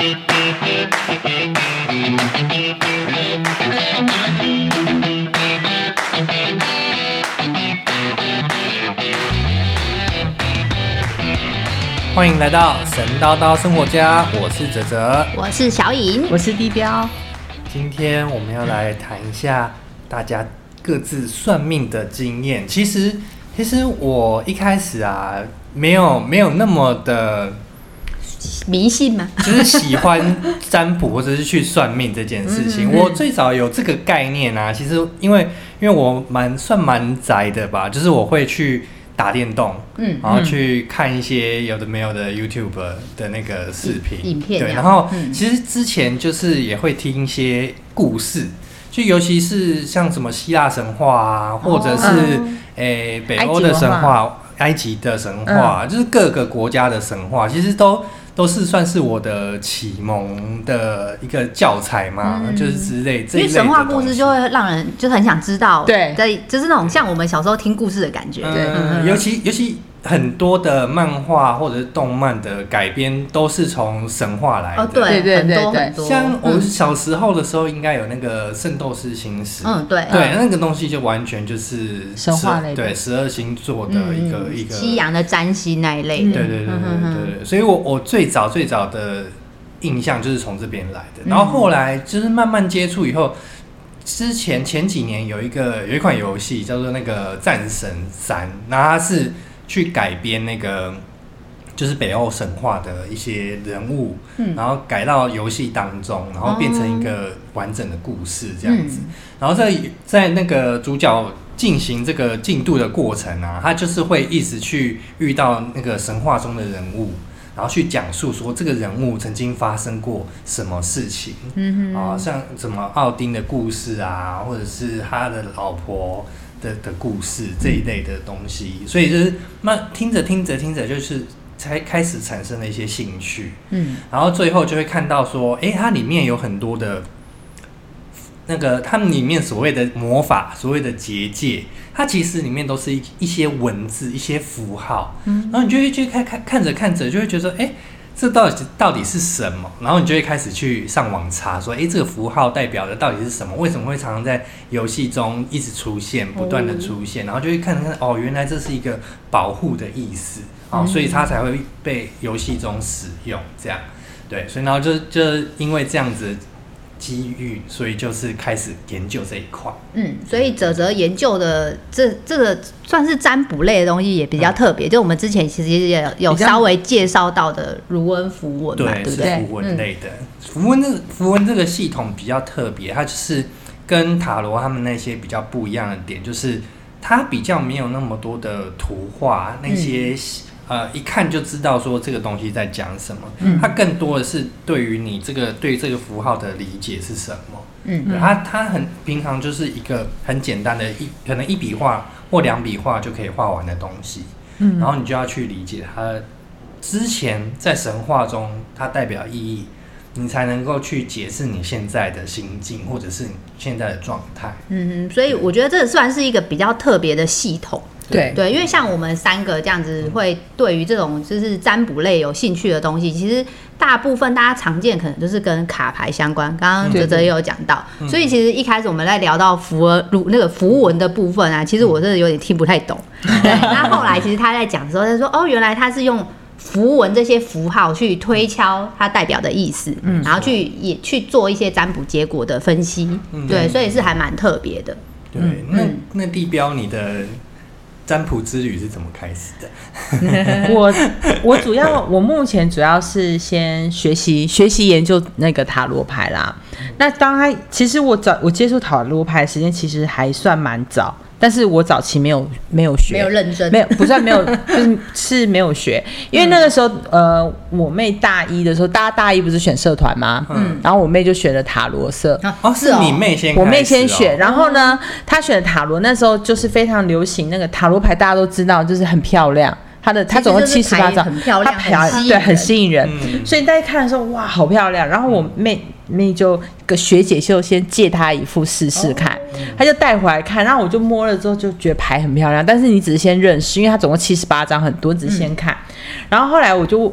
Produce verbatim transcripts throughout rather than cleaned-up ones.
欢迎来到神叨叨生活家，我是哲哲， 我是小颖， 我是地标。 今天我们要来谈一下大家各自算命的经验。其实，其实我一开始啊，没有没有那么的迷信吗？ 就是喜欢占卜或者是去算命这件事情。我最早有这个概念啊，其实因为因为我蛮算蛮宅的吧，就是我会去打电动，嗯，然后去看一些有的没有的 YouTube 的那个视频、 影片， 对，然后其实之前就是也会听一些故事，就尤其是像什么希腊神话啊，或者是诶、哦欸、北欧的神话、埃及的神话，嗯、就是各个国家的神话，其实都。都是算是我的启蒙的一个教材嘛，嗯、就是之类这一类的东西。因为神话故事就会让人就很想知道， 对， 就是那种像我们小时候听故事的感觉。对， 嗯、尤其尤其很多的漫画或者是动漫的改编都是从神话来的。 哦，对对对对对。 像我小时候的时候，应该有那个《圣斗士星矢》。嗯，对对，那个东西就完全就是神话类的， 对，十二星座的一个、嗯、一个西洋的占星那一类的。 对对对对对对，所以我我最早最早的印象就是从这边来的，然后后来就是慢慢接触以后。之前前几年有一个有一款游戏叫做那个《战神三》，那它是去改编那个就是北欧神话的一些人物，嗯、然后改到游戏当中，然后变成一个完整的故事这样子。嗯、然后在在那个主角进行这个进度的过程啊，他就是会一直去遇到那个神话中的人物。然后去讲述说这个人物曾经发生过什么事情，嗯哼，啊，像什么奥丁的故事啊，或者是他的老婆的的故事这一类的东西，所以就是慢听着听着听着，就是才开始产生了一些兴趣，嗯，然后最后就会看到说，哎，它里面有很多的。那个他们里面所谓的魔法，所谓的结界，它其实里面都是 一, 一些文字、一些符号，嗯，然后你就会去看看看着看着，就会觉得，哎，这到底到底是什么？然后你就会开始去上网查，说，哎，这个符号代表的到底是什么？为什么会常常在游戏中一直出现，不断的出现？然后就会看看，哦，原来这是一个保护的意思，哦，所以它才会被游戏中使用，这样，对，所以然后就就因为这样子。机遇，所以就是开始研究这一块。 嗯，所以哲哲研究的这这个算是占卜类的东西也比较特别，嗯、就我们之前其实也有稍微介绍到的卢恩符文嘛， 对， 对不对？ 是符文类的。符文这个符文这个系统比较特别，它就是跟塔罗他们那些比较不一样的点，就是它比较没有那么多的图画那些。嗯呃，一看就知道说这个东西在讲什么，嗯、它更多的是对于你这个对这个符号的理解是什么。嗯，它它很平常就是一个很简单的一可能一笔画或两笔画就可以画完的东西。嗯，然后你就要去理解它之前在神话中它代表意义，你才能够去解释你现在的心境或者是你现在的状态。 嗯，所以我觉得这算是一个比较特别的系统。对对，因为像我们三个这样子，会对于这种就是占卜类有兴趣的东西，其实大部分大家常见可能就是跟卡牌相关。刚刚哲哲也有讲到，嗯、所以其实一开始我们在聊到符文那个符文的部分啊，其实我真的有点听不太懂。对，那后来其实他在讲的时候，他说哦，原来他是用符文这些符号去推敲它代表的意思，嗯、然后去也去做一些占卜结果的分析。嗯、对，所以是还蛮特别的。 对，嗯、那那地标你的。占卜之旅是怎么开始的？ 我我主要我目前主要是先学习学习研究那个塔罗牌啦。那当然，其实我早我接触塔罗牌的时间其实还算蛮早，但是我早期没有没有学， 没有认真， 没有不算没有，就是是没有学，因为那个时候呃，我妹大一的时候，大家大一不是选社团吗？嗯，然后我妹就选了塔罗社。 哦，是你妹先开始哦， 我妹先选，然后呢，她选塔罗，那时候就是非常流行那个塔罗牌，大家都知道，就是很漂亮。它的它总共七十八张， 很漂亮， 很对，很吸引人。嗯、所以大家看的时候，哇，好漂亮。然后我妹妹就个学姐就先借她一副试试看，哦、她就带回来看，然后我就摸了之后就觉得牌很漂亮，但是你只是先认识，因为它总共七十八张，很多，只是先看。嗯、然后后来我就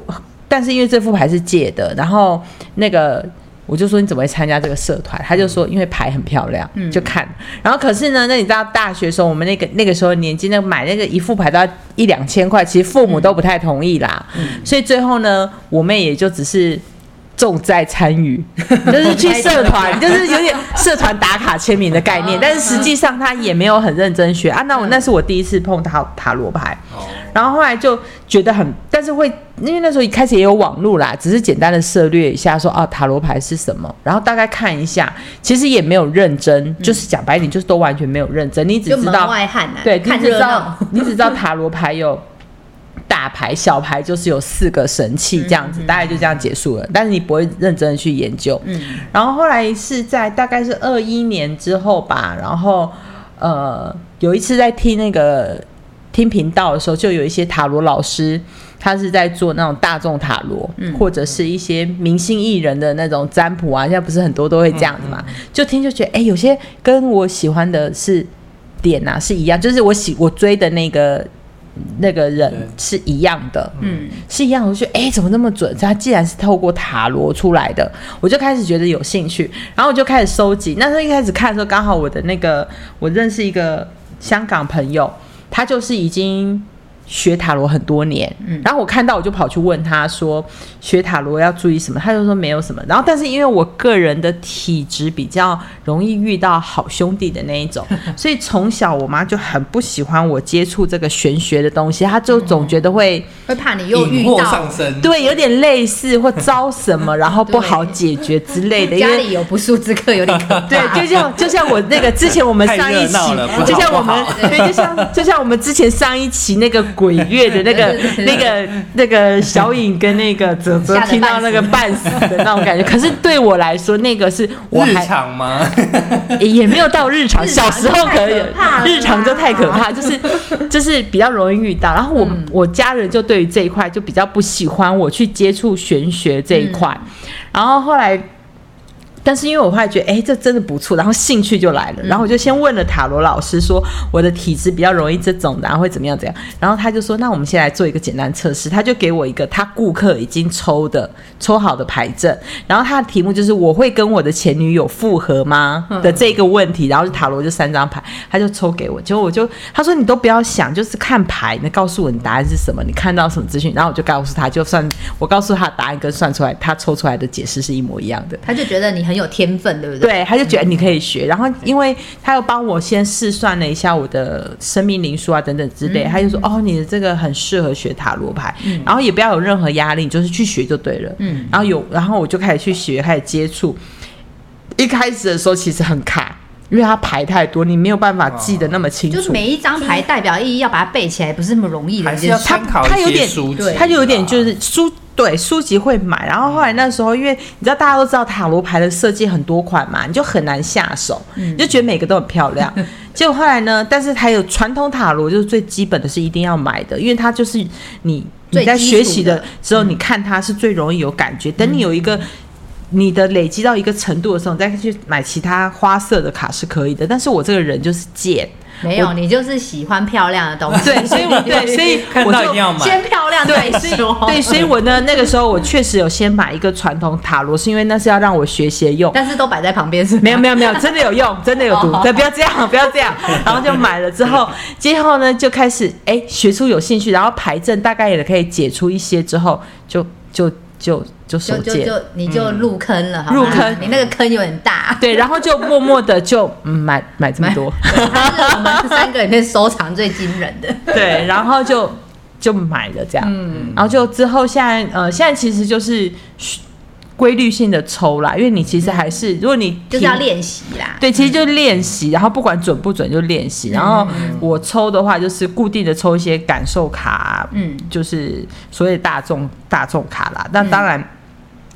但是因为这副牌是借的，然后那个我就说你怎么会参加这个社团？他就说因为牌很漂亮，嗯、就看。然后可是呢，那你知道大学的时候，我们那个那个时候年纪，那个买那个一副牌都要一两千块，其实父母都不太同意啦。嗯、所以最后呢，我妹也就只是重在参与，就是去社团，就是有点社团打卡签名的概念。但是实际上她也没有很认真学啊。那我那是我第一次碰塔塔罗牌。然后后来就觉得很，但是会因为那时候一开始也有网络啦，只是简单的涉略一下说啊塔罗牌是什么，然后大概看一下，其实也没有认真，嗯、就是讲白一点，就是都完全没有认真，你只知道就门外汉啊， 对， 看热闹，你只知道塔罗牌有大牌、小牌，就是有四个神器这样子，嗯、大概就这样结束了，但是你不会认真的去研究。嗯，然后后来是在大概是二一年之后吧，然后呃有一次在听那个。听频道的时候，就有一些塔罗老师，他是在做那种大众塔罗，嗯、或者是一些明星艺人的那种占卜啊。现在不是很多都会这样子嘛？嗯嗯、就听就觉得，哎、欸，有些跟我喜欢的是点啊是一样，就是我喜我追的那个那个人是一样的，嗯，是一样的。我就觉得，哎、欸，怎么那么准？他既然是透过塔罗出来的，我就开始觉得有兴趣，然后我就开始收集。那时候一开始看的时候，刚好我的那个我认识一个香港朋友。他就是已经学塔罗很多年，嗯、然后我看到我就跑去问他说学塔罗要注意什么，他就说没有什么。然后但是因为我个人的体质比较容易遇到好兄弟的那一种，所以从小我妈就很不喜欢我接触这个玄学的东西，她就总觉得会、 嗯、会怕你又遇到上身， 对，有点类似或招什么，然后不好解决之类的。 家里有不速之客有点可怕。 对，就像就像我那个之前我们上一期，就像我们对，就像就像我们之前上一期那个鬼月的那个那个那个小颖跟那个泽泽听到那个半死的那种感觉，可是对我来说，那个是我还日常吗？ 也没有到日常，小时候可以，日常就太可怕，就是就是比较容易遇到。然后我、嗯、我家人就对于这一块就比较不喜欢我去接触玄学这一块，嗯、然后后来。但是因为我后来觉得，哎，这真的不错，然后兴趣就来了。然后我就先问了塔罗老师说，我的体质比较容易这种的，然后会怎么样怎样。然后他就说，那我们先来做一个简单测试。他就给我一个他顾客已经抽的抽好的牌阵，然后他的题目就是我会跟我的前女友复合吗的这个问题。然后塔罗就三张牌，他就抽给我。结果我就他说你都不要想，就是看牌，你告诉我你答案是什么，你看到什么资讯，然后我就告诉他，就算我告诉他答案跟算出来，他抽出来的解释是一模一样的。 他就觉得你很有天分，对不对？ 对，他就觉得你可以学。然后因为他又帮我先试算了一下我的生命灵数啊等等之类，嗯、他就说哦，你的这个很适合学塔罗牌，嗯、然后也不要有任何压力，你就是去学就对了。嗯，然后有，然后我就开始去学，开始接触。一开始的时候其实很卡。因为它牌太多，你没有办法记得那么清楚。 就是每一张牌代表意义，要把它背起来，不是那么容易的。 还是要参考一些书籍， 它就有点就是书。对，书籍会买，然后后来那时候，因为你知道大家都知道塔罗牌的设计很多款嘛，你就很难下手，嗯、你就觉得每个都很漂亮。结果后来呢，但是还有传统塔罗，就是最基本的是一定要买的，因为它就是你你在学习的时候，你看它是最容易有感觉。等你有一个你的累积到一个程度的时候，你再去买其他花色的卡是可以的。但是我这个人就是贱。 没有，你就是喜欢漂亮的东西。 对，所以我对，所以看到一定要买， 先漂亮再说。 对，所以我呢那个时候我确实有先买一个传统塔罗，是因为那是要让我学习用。 但是都摆在旁边是吗？ 没有没有没有，真的有用，真的有读。对，不要这样，不要这样。然后就买了之后，之后呢就开始哎学出有兴趣，然后牌阵大概也可以解出一些之后，就就就。就手就就就你就入坑了， 入坑， 你那个坑有点大。 对，然后就默默的就、嗯、买买这么多， 它是我们三个里面收藏最惊人的。 对，然后就就买了这样，嗯，然后就之后现在呃现在其实就是规律性的抽啦，因为你其实还是、嗯、如果你就是要练习啦， 对，其实就练习，然后不管准不准就练习。然后我抽的话就是固定的抽一些感受卡，嗯，就是所谓大众大众卡啦。那当然。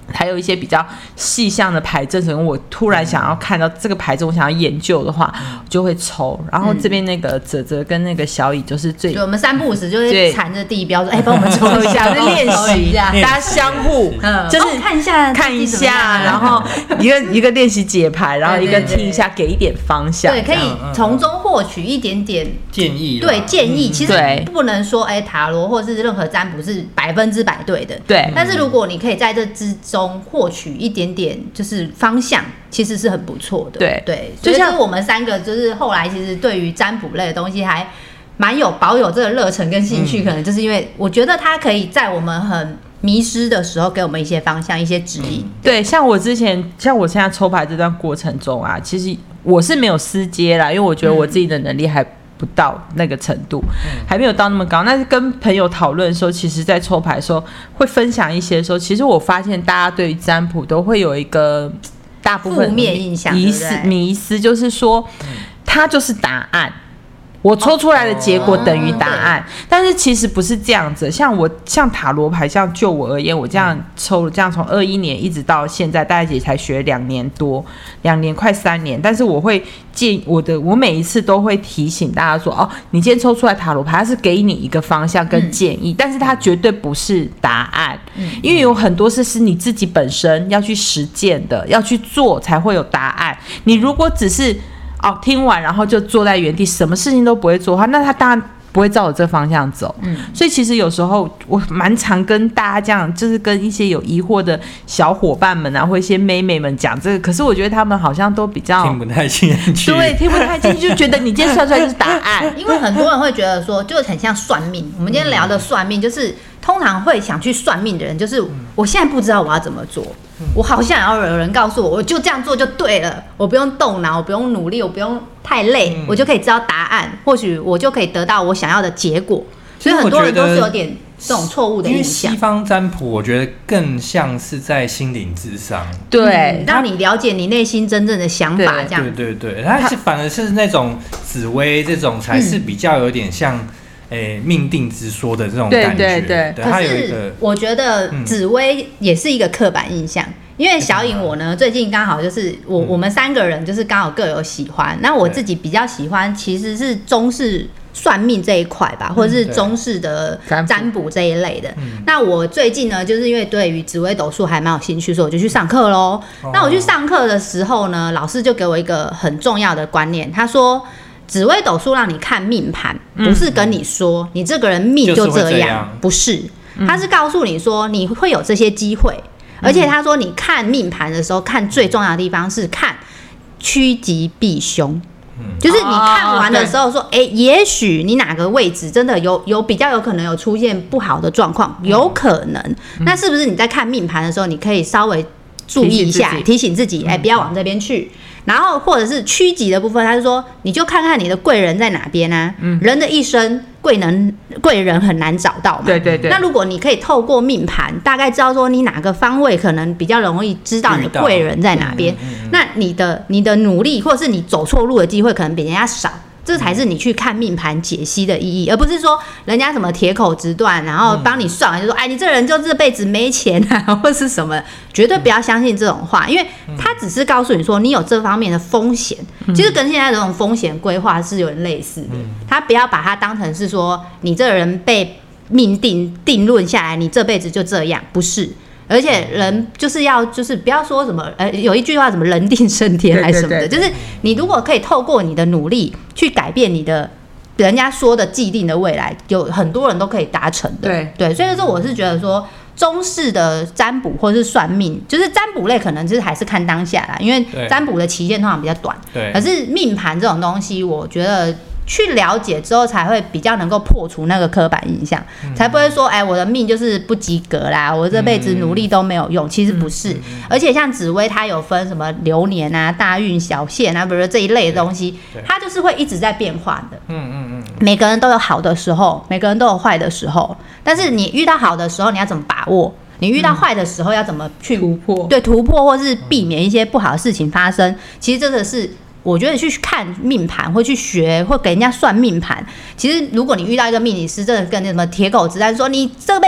还有一些比较细项的牌阵，可能我突然想要看到这个牌阵，我想要研究的话，我就会抽。然后这边那个泽泽跟那个小乙就是最， 就我们三不五时就会缠着地标说，哎，帮我们抽一下，就练习一下， 大家相互， 嗯， 就是看一下看一下，然后一个一个练习解牌，然后一个听一下，给一点方向， 对，可以从中获取一点点建议， 对建议。其实不能说哎塔罗或是任何占卜是百分之百对的， 对。 但是如果你可以在这之中获取一点点就是方向，其实是很不错的。 对对，所以就是我们三个就是后来其实对于占卜类的东西还蛮有保有这个热忱跟兴趣，嗯、可能就是因为我觉得它可以在我们很迷失的时候给我们一些方向、一些指引。 对，像我之前，像我现在抽牌这段过程中啊，其实我是没有私接啦，因为我觉得我自己的能力还不到那个程度，嗯、还没有到那么高。但是跟朋友讨论的时候，其实在抽牌的时候会分享一些的时候，其实我发现大家对于占卜都会有一个大部分负面印象、 迷思，迷思就是说，它就是答案。我抽出来的结果等于答案，哦、但是其实不是这样子。像我像塔罗牌，像就我而言，我这样抽了，这样从二一年一直到现在，大概也才学两年多，两年快三年。但是我会建我的，我每一次都会提醒大家说，哦，你今天抽出来塔罗牌，它是给你一个方向跟建议，嗯、但是它绝对不是答案，嗯、因为有很多事是你自己本身要去实践的，要去做才会有答案。你如果只是哦，听完然后就坐在原地，什么事情都不会做的话，那他当然不会照我这个方向走。嗯，所以其实有时候我蛮常跟大家这样，就是跟一些有疑惑的小伙伴们啊，或一些妹妹们讲这个，可是我觉得他们好像都比较听不太进去， 对，听不太进去，就觉得你今天算出来就是答案。 因为很多人会觉得说，就很像算命。我们今天聊的算命，就是通常会想去算命的人，就是我现在不知道我要怎么做。我好想要有人告诉我，我就这样做就对了，我不用动脑，我不用努力，我不用太累，嗯、我就可以知道答案，或许我就可以得到我想要的结果。所以很多人都是有点这种错误的印象。 因为西方占卜，我觉得更像是在心灵之上， 对、 嗯，让你了解你内心真正的想法，这样。 对对对，它是反而是那种紫微这种才是比较有点像。诶，命定之说的这种感觉， 对对对。 可是我觉得紫微也是一个刻板印象，嗯、因为小颖我呢，最近刚好就是我、嗯、我们三个人就是刚好各有喜欢。那我自己比较喜欢其实是中式算命这一块吧，或者是中式的占卜这一类的。嗯、那我最近呢，就是因为对于紫微斗数还蛮有兴趣，所以我就去上课喽。哦、那我去上课的时候呢，老师就给我一个很重要的观念，他说。紫微斗数让你看命盘，不是跟你说、嗯、你这个人命就这样，就是这样不是，他是告诉你说你会有这些机会，嗯、而且他说你看命盘的时候，看最重要的地方是看趋吉避凶，嗯、就是你看完的时候说，哎、哦，也许你哪个位置真的有有比较有可能有出现不好的状况，有可能，嗯、那是不是你在看命盘的时候，你可以稍微注意一下，提醒自己，哎、欸，不要往这边去。然后或者是趋吉的部分，他是说，你就看看你的贵人在哪边啊。嗯、人的一生贵人贵人很难找到嘛。对对对。那如果你可以透过命盘，大概知道说你哪个方位可能比较容易知道你的贵人在哪边，嗯嗯、那你的你的努力或者是你走错路的机会可能比人家少。这才是你去看命盘解析的意义，而不是说人家什么铁口直断，然后帮你算完就说，哎，你这人就这辈子没钱啊，或是什么，绝对不要相信这种话，因为他只是告诉你说你有这方面的风险，其实跟现在这种风险规划是有点类似的，他不要把它当成是说你这个人被命定定论下来，你这辈子就这样，不是。而且人就是要就是不要说什么呃有一句话什么人定胜天还是什么的，对对对对，就是你如果可以透过你的努力去改变你的人家说的既定的未来，有很多人都可以达成的。对对，所以说我是觉得说中式的占卜或是算命，就是占卜类可能就是还是看当下啦，因为占卜的期限通常比较短。对，可是命盘这种东西，我觉得。去了解之后，才会比较能够破除那个刻板印象，嗯、才不会说，哎，我的命就是不及格啦，我这辈子努力都没有用。嗯、其实不是，嗯嗯、而且像紫微，它有分什么流年啊、大运、小限啊，比如说这一类的东西，它就是会一直在变化的。嗯嗯嗯。每个人都有好的时候，每个人都有坏的时候，但是你遇到好的时候，你要怎么把握？你遇到坏的时候要怎么去突破？对，突破或是避免一些不好的事情发生。其实这个是。我觉得去看命盘，或去学，或给人家算命盘。其实，如果你遇到一个命理师，真的跟那什么铁口直断说你这辈子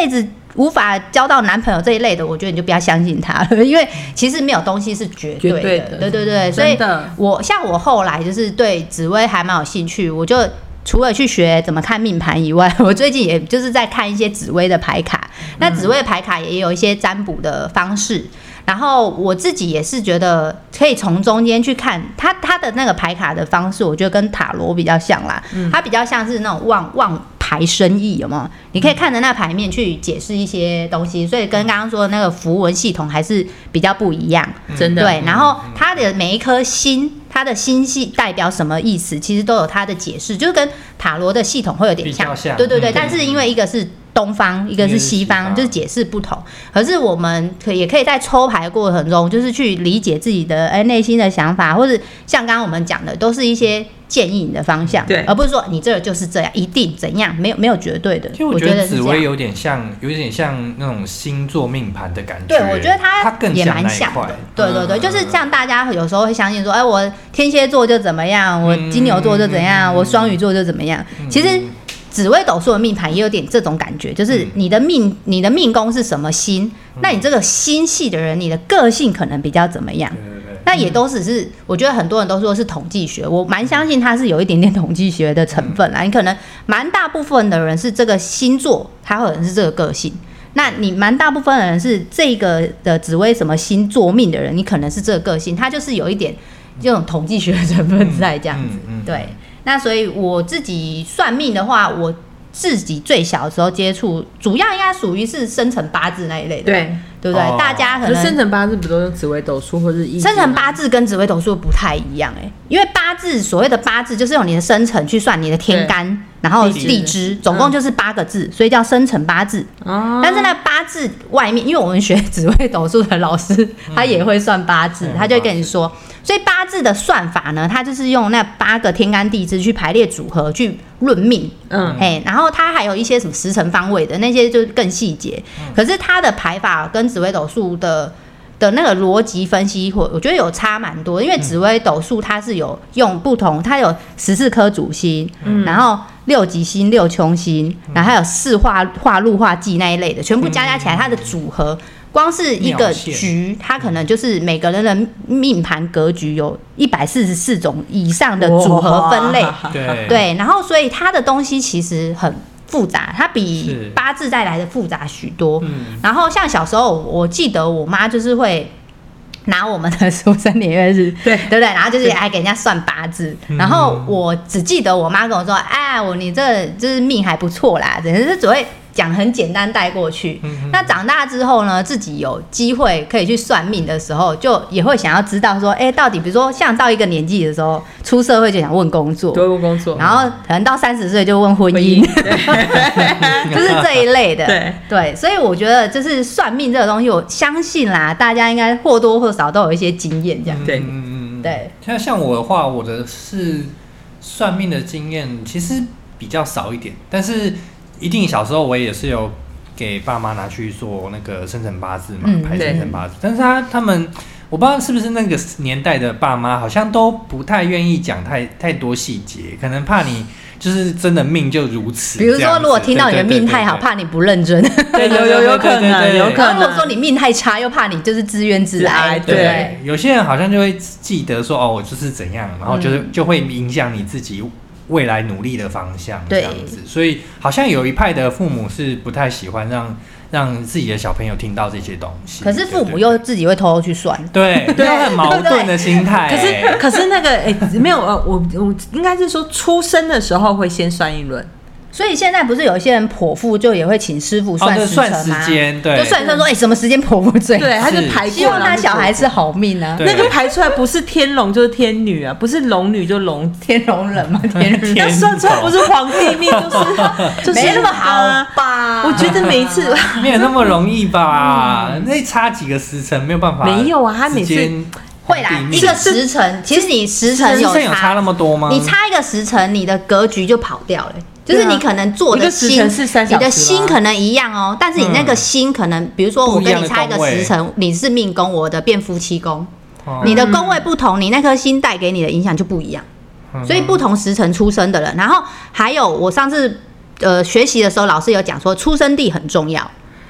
无法交到男朋友这一类的，我觉得你就不要相信他了，因为其实没有东西是绝对的。 绝对的对对对，所以我像我后来就是对紫微还蛮有兴趣，我就除了去学怎么看命盘以外，我最近也就是在看一些紫微的牌卡。那紫微牌卡也有一些占卜的方式，然后我自己也是觉得可以从中间去看它它的那个牌卡的方式，我觉得跟塔罗比较像啦，它比较像是那种望望牌生意，有没有？你可以看着那牌面去解释一些东西，所以跟刚刚说的那个符文系统还是比较不一样， 真的。 对，然后它的每一颗星，它的星系代表什么意思，其实都有它的解释，就是跟塔罗的系统会有点像， 像对对对。 嗯、 但是因为一个是东方，一个是西方， 方就是解释不同。可是我们可也可以在抽牌过程中，就是去理解自己的哎内心的想法，或者像刚刚我们讲的，都是一些建议你的方向， 对， 而不是说你这个就是这样，一定怎样，没有没有绝对的。 其实我觉得紫微有点像，有点像那种星座命盘的感觉。 对，我觉得它也蛮像的。对对对， 嗯、 就是像大家有时候会相信说，哎，我天蝎座就怎么样，我金牛座就怎样，嗯、我双鱼座就怎么样。嗯、其实紫微斗数的命盘也有点这种感觉，就是你的命，你的命宫是什么星，嗯、那你这个星系的人，你的个性可能比较怎么样？那也都只是，我觉得很多人都说是统计学，我蛮相信它是有一点点统计学的成分啦。你可能蛮大部分的人是这个星座，他可能是这个个性；那你蛮大部分的人是这个的紫微什么星座命的人，你可能是这个个性，他就是有一点这种统计学的成分在这样子。对，那所以我自己算命的话，我自己最小的时候接触，主要应该属于是生辰八字那一类的。 对。 对不对？哦、大家可能生辰八字不都用紫微斗数或者易经？ 生辰八字跟紫微斗数不太一样哎、欸，因为八字所谓的八字就是用你的生辰去算你的天干，然后地支，总共就是八个字，嗯、所以叫生辰八字。哦、但是那八字外面，因为我们学紫微斗数的老师他也会算八字，嗯、他就会跟你说，所以八字的算法呢，他就是用那八个天干地支去排列组合去论命。嗯，哎，然后他还有一些什么时辰方位的那些就更细节，嗯、可是他的排法跟紫微斗数的的那个逻辑分析，我我觉得有差蛮多，因为紫微斗数它是有用不同，它有十四颗主星，嗯、然后六吉星、六穷星，然后还有四化化禄化忌那一类的，全部加加起来，它的组合。光是一个局，它可能就是每个人的命盘格局有一百四十四种以上的组合分类， 对对，然后所以它的东西其实很复杂，它比八字再来的复杂许多。嗯、然后像小时候，我记得我妈就是会拿我们的出生年月日，对对不对？然后就是来给人家算八字。然后我只记得我妈跟我说：“哎，我你这就是命还不错啦，只是只会。”讲很简单带过去，嗯、那长大之后呢，自己有机会可以去算命的时候，就也会想要知道说，哎、欸，到底比如说像到一个年纪的时候，出社会就想问工作， 对，问工作， 然后可能到三十岁就问婚姻，就是这一类的，对对，所以我觉得就是算命这个东西，我相信啦，大家应该或多或少都有一些经验，这样，对，嗯对。 像像我的话，我的是算命的经验其实比较少一点，但是。一定小时候我也是有给爸妈拿去做那个生辰八字嘛，嗯、排生辰八字，但是他他们我不知道是不是那个年代的爸妈好像都不太愿意讲太太多细节，可能怕你就是真的命就如此。 比如说，如果听到你的命太好，怕你不认真， 对，有有有可能，有可能。 如果说你命太差，又怕你就是自怨自艾，对。对有些人好像就会记得说，哦，我就是怎样，然后就是、嗯、就会影响你自己。未来努力的方向这样子，所以好像有一派的父母是不太喜欢让让自己的小朋友听到这些东西。 可是父母又自己会偷偷去算， 对，对，很矛盾的心态、欸。 可是可是那个哎、欸，没有呃，我我应该是说出生的时候会先算一轮。 所以现在不是有一些人剖腹就也会请师傅算时辰吗？ 哦、算时间，对， 就算算说，哎、欸，什么时间剖腹最好？ 对，他就排过， 希望他小孩是好命啊。 那个排出来不是天龙就是天女啊，不是龙女就龙天龙人嘛，天人。 那算出来不是皇帝命就是就是没那么好吧？ 我觉得每一次没有那么容易吧？嗯、那差几个时辰没有办法。 没有啊，他每次。 会啦，一个时辰，其实你时辰有差, 有差那么多吗？ 你差一个时辰，你的格局就跑掉了。就是你可能做的星，你的星可能一样哦，但是你那个星可能，比如说我跟你差一个时辰，你是命宫，我的变夫妻宫，嗯、你的宫位不同，你那颗星带给你的影响就不一样。嗯、所以不同时辰出生的人，然后还有我上次呃学习的时候，老师有讲说出生地很重要。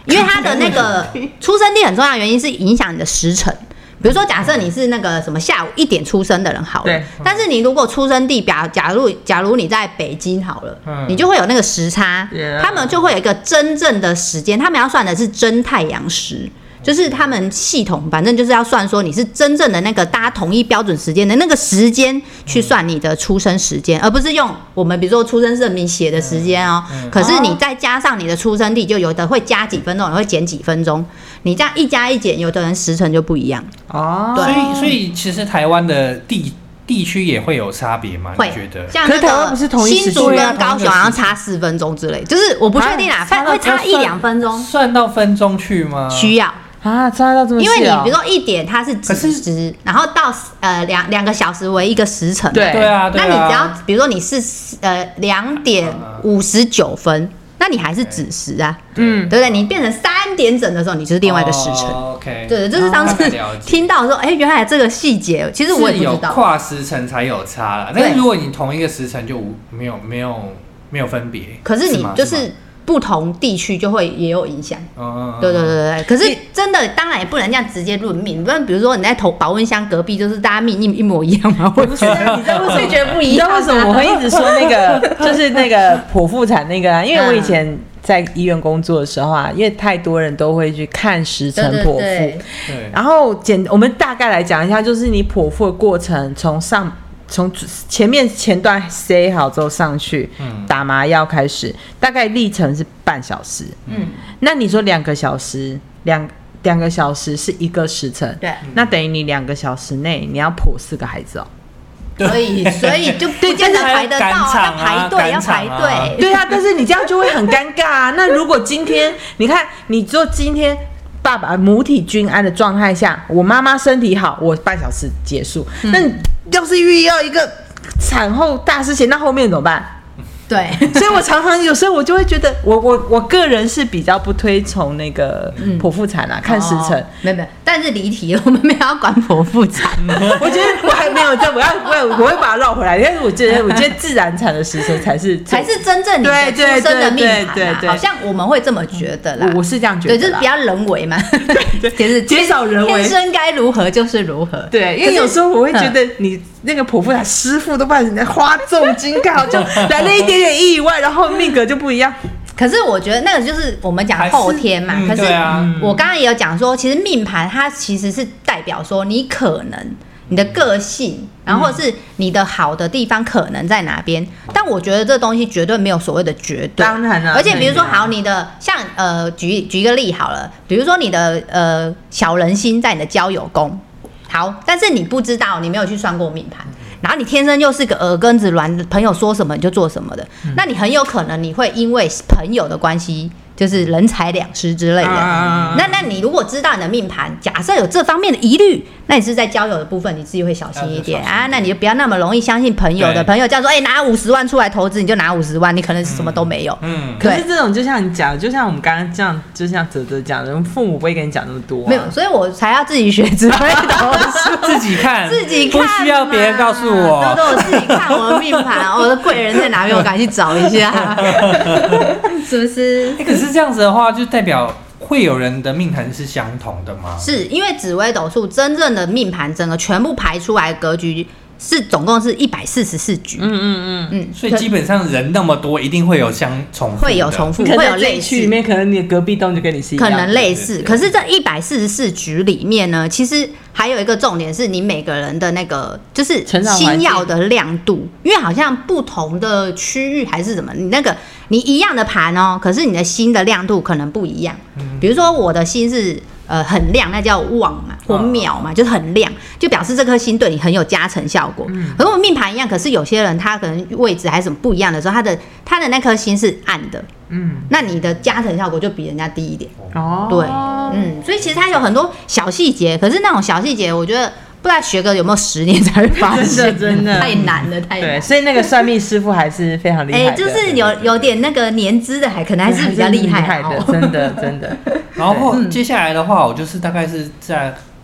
因为它的那个出生地很重要的原因是影响你的时辰。比如说，假设你是那个什么下午一点出生的人好了，但是你如果出生地假假如假如你在北京好了，嗯、你就会有那个时差， yeah. 他们就会有一个真正的时间，他们要算的是真太阳时。就是他们系统，反正就是要算说你是真正的那个大家统一标准时间的那个时间去算你的出生时间，而不是用我们比如说出生证明写的时间哦。可是你再加上你的出生地，就有的会加几分钟，有的会减几分钟。你这样一加一减，有的人时辰就不一样哦。所以所以其实台湾的地地区也会有差别吗？ 会你觉得？ 像那个新竹跟高雄好像差四分钟之类，就是我不确定啊，会差一两分钟。 算到分钟去吗？ 需要。 啊，差到这么细、哦、 因为你比如说一点它是子时，然后到呃两两个小时为一个时辰， 对对啊， 那你只要比如说你是呃两点五十九分，那你还是子时啊，嗯，对不对？你变成三点整的时候，你就是另外一个时辰。 哦、OK， 对，这是当时听到说，哎、欸，原来这个细节，其实我也不知道， 有跨时辰才有差啦。但是如果你同一个时辰就没有没有没有分别， 可是你就是。不同地区就会也有影响，哦、对对对对。可是真的，当然也不能这样直接论命。不然，比如说你在投保温箱隔壁，就是大家命一一模一样吗？我不觉得，你知道为什么觉得不一样？ 你知道为什么我会一直说那个，就是那个剖腹产那个啊？因为我以前在医院工作的时候啊，因为太多人都会去看时辰剖腹，对。然后简我们大概来讲一下，就是你剖腹的过程，从上。从前面前段塞好之后上去，嗯、打麻药开始，大概历程是半小时。嗯，那你说两个小时，两两个小时是一个时辰， 对， 那等于你两个小时内你要剖四个孩子哦。 所以，所以就不见得排得到啊，要排队，要排队。 对啊，但是你这样就会很尴尬啊。那如果今天你看，你说今天。爸爸母体均安的状态下，我妈妈身体好，我半小时结束。嗯、那你要是遇到一个产后大事情，那后面怎么办？ 对， 所以我常常有时候我就会觉得，我我我个人是比较不推崇那个剖腹产啊，嗯、看时辰。 没有没有，但是离题了，我们没有要管剖腹产。 我觉得我还没有这，我要我我会把它绕回来，但是我觉得我觉得自然产的时辰才是才是真正你的出生的命盘啊，好像我们会这么觉得啦。 我我是这样觉得， 对，就是比较人为嘛， 对，就是减少人为， 天生该如何就是如何。 对，因为有时候我会觉得你那个剖腹产师傅都把人家花重金刚好就来了一点点意外，然后命格就不一样。 可是我觉得那个就是我们讲后天嘛，是嗯、可是我刚刚也有讲说，其实命盘它其实是代表说你可能你的个性，然后或者是你的好的地方可能在哪边。但我觉得这东西绝对没有所谓的绝对， 当然了。 而且比如说，好，你的像呃举举一个例好了，比如说你的呃小人星在你的交友宫，好，但是你不知道，你没有去算过命盘。然后你天生又是个耳根子软，朋友说什么你就做什么的，嗯、那你很有可能你会因为朋友的关系，就是人财两失之类的。啊、那那你如果知道你的命盘，假设有这方面的疑虑，那你是在交友的部分你自己会小心一点啊。那你就不要那么容易相信朋友的朋友叫说，哎、欸，拿五十万出来投资，你就拿五十万，你可能什么都没有。 嗯，可是这种就像你讲，就像我们刚刚这样，就像泽泽讲的，父母不会跟你讲那么多、啊。 没有，所以我才要自己学紫微斗数， 自己看， 自己看， 不需要别人告诉我。 对对，我自己看我的命盘，我的贵人在哪边，我赶紧去找一下，是不是？ 欸、可是这样子的话，就代表会有人的命盘是相同的吗？ 是因为紫微斗数真正的命盘，整个全部排出来的格局是总共是一百四十四局。嗯嗯嗯嗯， 所以基本上人那么多，一定会有相重复， 会有重复，会有类似。 里面可能你的隔壁栋就跟你是一样， 可能类似。对对对，可是这一百四十四局里面呢，其实还有一个重点是你每个人的那个就是星曜的亮度，因为好像不同的区域还是什么，你那个你一样的盘哦，可是你的星的亮度可能不一样。嗯、比如说我的星是。呃，很亮，那叫旺嘛，或秒嘛，就是很亮，就表示这颗星对你很有加成效果。嗯，和我们命盘一样，可是有些人他可能位置还是什么不一样的时候，他的他的那颗星是暗的，嗯，那你的加成效果就比人家低一点。哦，对，嗯，所以其实它有很多小细节，可是那种小细节，我觉得不知道学个有没有十年才会发现， 真的太难了，太难了。 对，所以那个算命师傅还是非常厉害的。哎、欸， 就是有有点那个年资的，还可能还是比较厉害的，真的真的。 然后接下来的话，我就是大概是在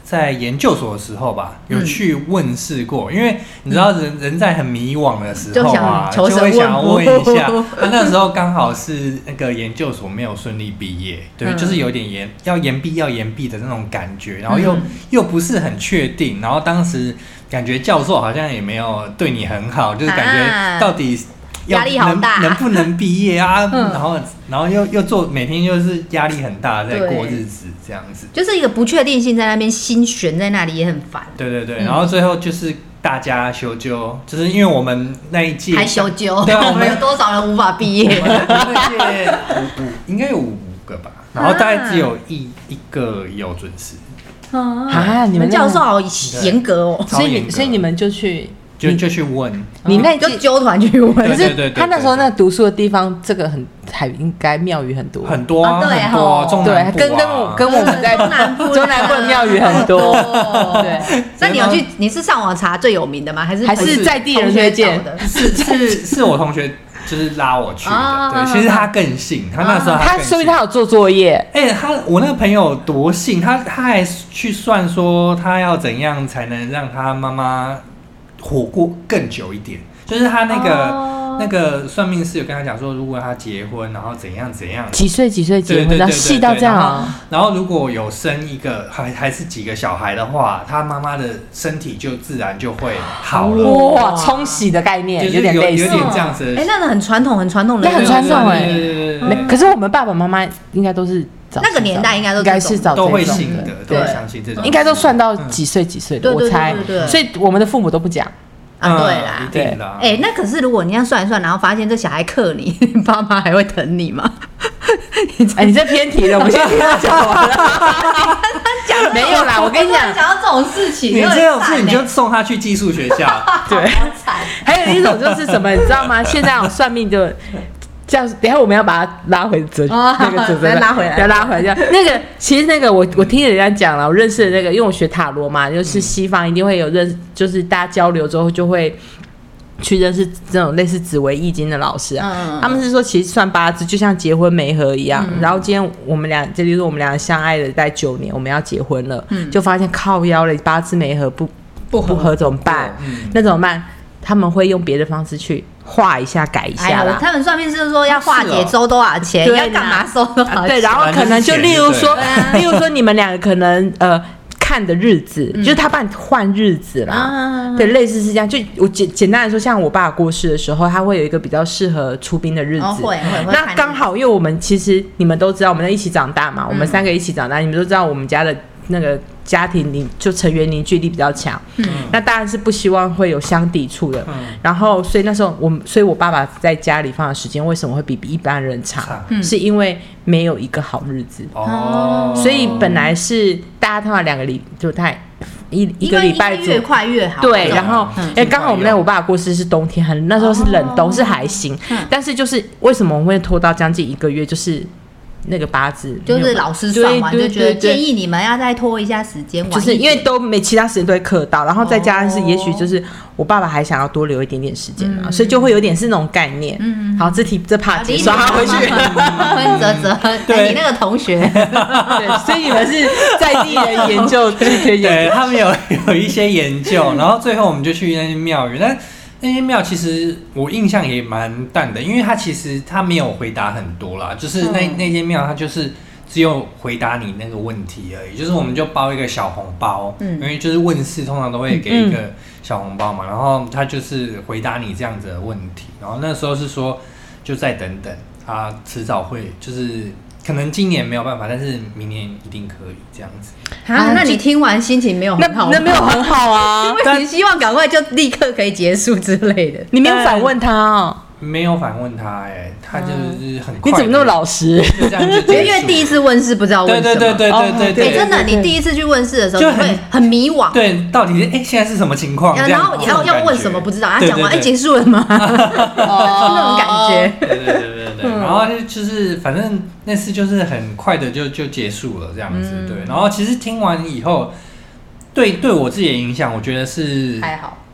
在研究所的时候吧，有去问世过，嗯、因为你知道人、嗯、人在很迷惘的时候啊，就, 就会想要问一下。那那时候刚好是那个研究所没有顺利毕业，对，嗯、就是有点延要延毕要延毕的那种感觉，然后又、嗯、又不是很确定，然后当时感觉教授好像也没有对你很好，就是感觉到底。 压力好大， 能不能毕业啊？嗯、然后，然后又又做每天又是压力很大，在过日子这样子， 就是一个不确定性在那边，心悬在那里也很烦。 对对对，嗯、然后最后就是大家修究，就是因为我们那一届还修究， 对，我们有多少人无法毕业？ 我们那届五五应该有五个吧，然后大概只有一一个有准时。 啊， 你们教授好严格哦， 所以所以你们就去。 就就去问， 你那就揪团去问。 可是他那时候那读书的地方，这个很还应该庙宇很多， 很多啊， 对很多，中南部对，跟跟我跟我们在中南部中南部的庙宇很多。 对，那你有去？你是上网查最有名的吗？还是还是在地人推荐的？ 是是是我同学就是拉我去的。对，其实他更信，他那时候他说明他有做作业。 哎，他我那个朋友多信，他他还去算说他要怎样才能让他妈妈活过更久一点，就是他那个、oh. 那个算命师有跟他讲说，如果他结婚，然后怎样怎样， 几岁几岁结婚，然后细到这样啊。 然后如果有生一个还还是几个小孩的话，他妈妈的身体就自然就会好了。 哇，冲洗的概念， 就是有点类似， 有点这样子。 哎、欸，那个很传统，很传统的， 那很传统哎、 欸。 可是我们爸爸妈妈应该都是。 那个年代应该都应该是早都会信的，都会相信这种， 应该都算到几岁几岁的，我猜。所以我们的父母都不讲啊，对啦， 对啦。 哎，那可是如果你这样算一算，然后发现这小孩克你，你爸妈还会疼你吗？ 哎，你这偏题了，我们先听他讲完了。 讲没有啦，我跟你讲， 讲到这种事情， 你这种事你就送他去寄宿学校。 对，还有一种就是什么，你知道吗？现在有算命就。这样，等一下我们要把它拉回哲、哦、那个哲哲拉回来， 要拉回来。这样，那个其实那个我我听人家讲了，我认识的那个，因为我学塔罗嘛，就是西方一定会有认，就是大家交流之后就会去认识这种类似紫微易经的老师啊。嗯、他们是说，其实算八字就像结婚媒合一样。嗯、然后今天我们俩，这就是我们俩相爱了大概九年，我们要结婚了，嗯、就发现靠腰了，八字媒合不不合不合怎么办？嗯、那怎么办？他们会用别的方式去画一下、改一下啦。 哎、他们算命是说要化解收多少钱，要干嘛收多少钱？ 对，然后可能就例如说，例如说你们两个可能呃看的日子，嗯、就是他帮你换日子啦。啊、对，类似是这样。就我简简单来说，像我爸过世的时候，他会有一个比较适合出殡的日子。 哦、会会会。 那刚好，因为我们其实你们都知道，我们在一起长大嘛，嗯、我们三个一起长大，你们都知道我们家的那个。家庭凝就成员凝聚力比较强，嗯，那当然是不希望会有相抵触的，嗯，然后所以那时候我，所以我爸爸在家里放的时间为什么会比一般人长？嗯，是因为没有一个好日子哦，所以本来是大家通常两个礼就太一一个礼拜越快越好， 对，然后哎，刚好我们那我爸爸过世是冬天，很那时候是冷冬，是还行，但是就是为什么我们会拖到将近一个月，就是。那个八字就是老师算完就觉得建议你们要再拖一下时间， 就是因为都没其他时间都会克到，然后再加上是也许就是我爸爸还想要多留一点点时间嘛，嗯、所以就会有点是那种概念。嗯，好，这题这 part 刷回去。 温泽泽，对你那个同学， 对，所以你们是在地人研究这些， 对他们有有一些研究，然后最后我们就去那些庙宇，那。那些庙其实我印象也蛮淡的，因为他其实他没有回答很多啦，就是那、嗯、那间庙他就是只有回答你那个问题而已，就是我们就包一个小红包，嗯、因为就是问事通常都会给一个小红包嘛，嗯、然后他就是回答你这样子的问题，然后那时候是说就再等等，他迟早会就是。可能今年没有办法，但是明年一定可以这样子。 啊，那你听完心情没有很好？ 那没有很好啊， 因为你希望赶快就立刻可以结束之类的。 你没有反问他哦？ 没有反问他、欸，哎，他就是很快。 你怎么那么老实？ 就这样就因为第一次问世不知道问什么。 对对对对对对。 哎，真的，你第一次去问世的时候，就很很迷惘。 对，到底是哎、欸、现在是什么情况？ 然后要要问什么不知道，他讲完哎结束了吗？哦，那种感觉。 对对对对对。然后就是反正那次就是很快的就就结束了这样子，对。然后其实听完以后，对对我自己的影响，我觉得是还好。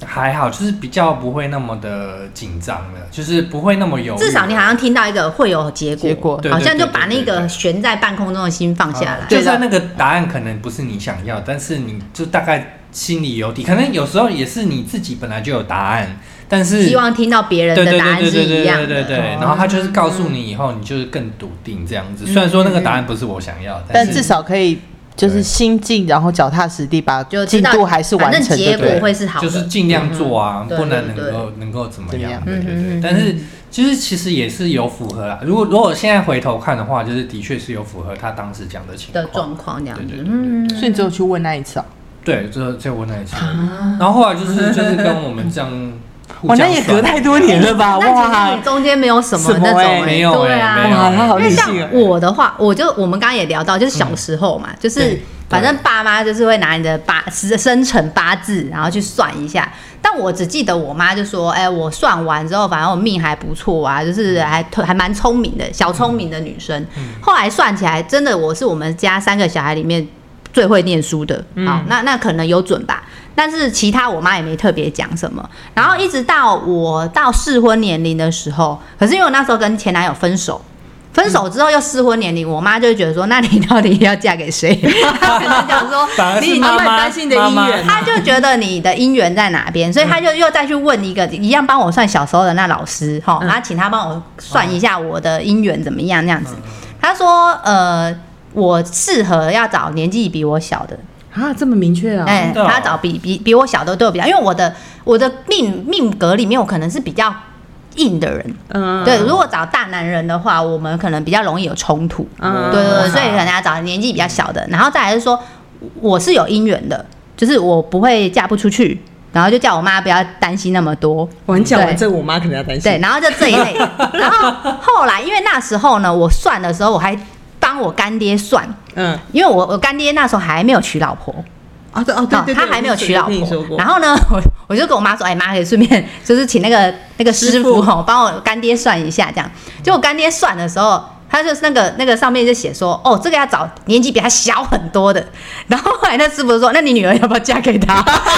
还好，就是比较不会那么的紧张的，就是不会那么犹豫。 至少你好像听到一个会有结果， 结果好像就把那个悬在半空中的心放下来。 就算那个答案可能不是你想要，但是你就大概心里有底。可能有时候也是你自己本来就有答案，但是希望听到别人的答案是一样的。 对对对对对，然后他就是告诉你以后，你就是更笃定这样子。虽然说那个答案不是我想要， 但至少可以。就是心静，然后脚踏实地，把进度还是完成， 反正结果会是好的， 就是尽量做啊， 嗯、 不能能够能够怎么样，对对对。但是其实其实也是有符合啦。如果如果现在回头看的话，就是的确是有符合他当时讲的情况的状况这样子。 对对对嗯， 所以你只有去问那一次啊？ 对，就就问那一次。啊、然后后来就是就是跟我们这样。 哇，那也隔太多年了吧？ 哇，那其实中间没有什么那种、欸， 没有、欸， 对啊， 哇，他好理性啊。 我的话，我就我们刚刚也聊到，就是小时候嘛，嗯、就是反正爸妈就是会拿你的八生辰八字，然后去算一下。但我只记得我妈就说：“哎、欸，我算完之后，反正我命还不错啊，就是还还蛮聪明的，小聪明的女生。嗯”后来算起来，真的我是我们家三个小孩里面最会念书的。嗯、好，那那可能有准吧。但是其他我妈也没特别讲什么，然后一直到我到适婚年龄的时候，可是因为我那时候跟前男友分手，分手之后又适婚年龄，我妈就会觉得说，那你到底要嫁给谁？她可能讲说， 你妈妈担心的姻缘， 她就觉得你的姻缘在哪边，所以她就又再去问一个一样帮我算小时候的那老师哈，然后请他帮我算一下我的姻缘怎么样这样子。她说，呃，我适合要找年纪比我小的。 啊，这么明确啊！ 哎、欸，他找比比比我小的对我比较，因为我的我的命命格里面，我可能是比较硬的人。嗯，对，如果找大男人的话，我们可能比较容易有冲突。嗯，对对对，所以可能要找年纪比较小的，然后再来是说，我是有姻缘的，就是我不会嫁不出去，然后就叫我妈不要担心那么多。 我讲完这，我妈可能要担心。 对，然后就这一类。然后后来，因为那时候呢，我算的时候，我还帮我干爹算。嗯，因为我我干爹那时候还没有娶老婆， 哦对哦对对， 他还没有娶老婆。然后呢，我我就跟我妈说，哎、欸、妈，可以顺便就是请那个那个师傅哈，帮我干爹算一下这样。结果干爹算的时候，他就是那个那个上面就写说，哦，这个要找年纪比他小很多的。然后后来那师傅说，那你女儿要不要嫁给他？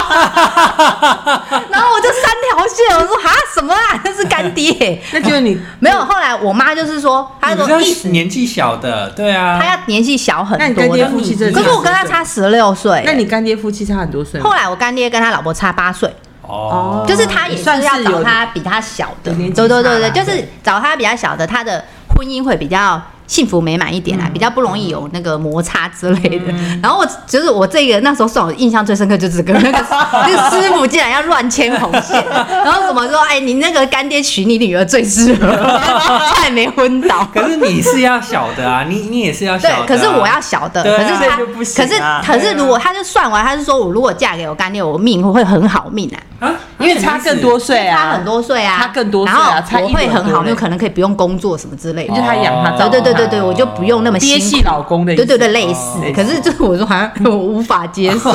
然后我就三条线，我说哈什么啊？那是干爹， 那就是你没有。后来我妈就是说，她说意思年纪小的，对啊， 她要年纪小很多的。 那你干爹夫妻真的？ 可是我跟他差十六岁。 那你干爹夫妻差很多岁？ 后来我干爹跟他老婆差八岁。哦，就是他也是要找他比他小的，对对对对，就是找他比较小的，他的婚姻会比较幸福美满一点啦，比较不容易有那个摩擦之类的。嗯、然后我就是我这个那时候算我印象最深刻就是这个那个那个师傅竟然要乱牵红线，然后什么说哎你那个干爹娶你女儿最适合，差点没昏倒。 可是你是要小的啊，你你也是要小的、啊。 对，可是我要小的， 啊、 可是他就不行、 啊、可是可是如果他就算完，他是说我如果嫁给我干爹，我命会很好命啊。 啊， 因为差更多岁啊， 差很多岁啊， 差更多岁啊， 然后我会很好，就可能可以不用工作什么之类的， 就他养他， 对对对对，我就不用那么憋气老公的意思， 对对对，类似。可是就是我说好像我无法接受，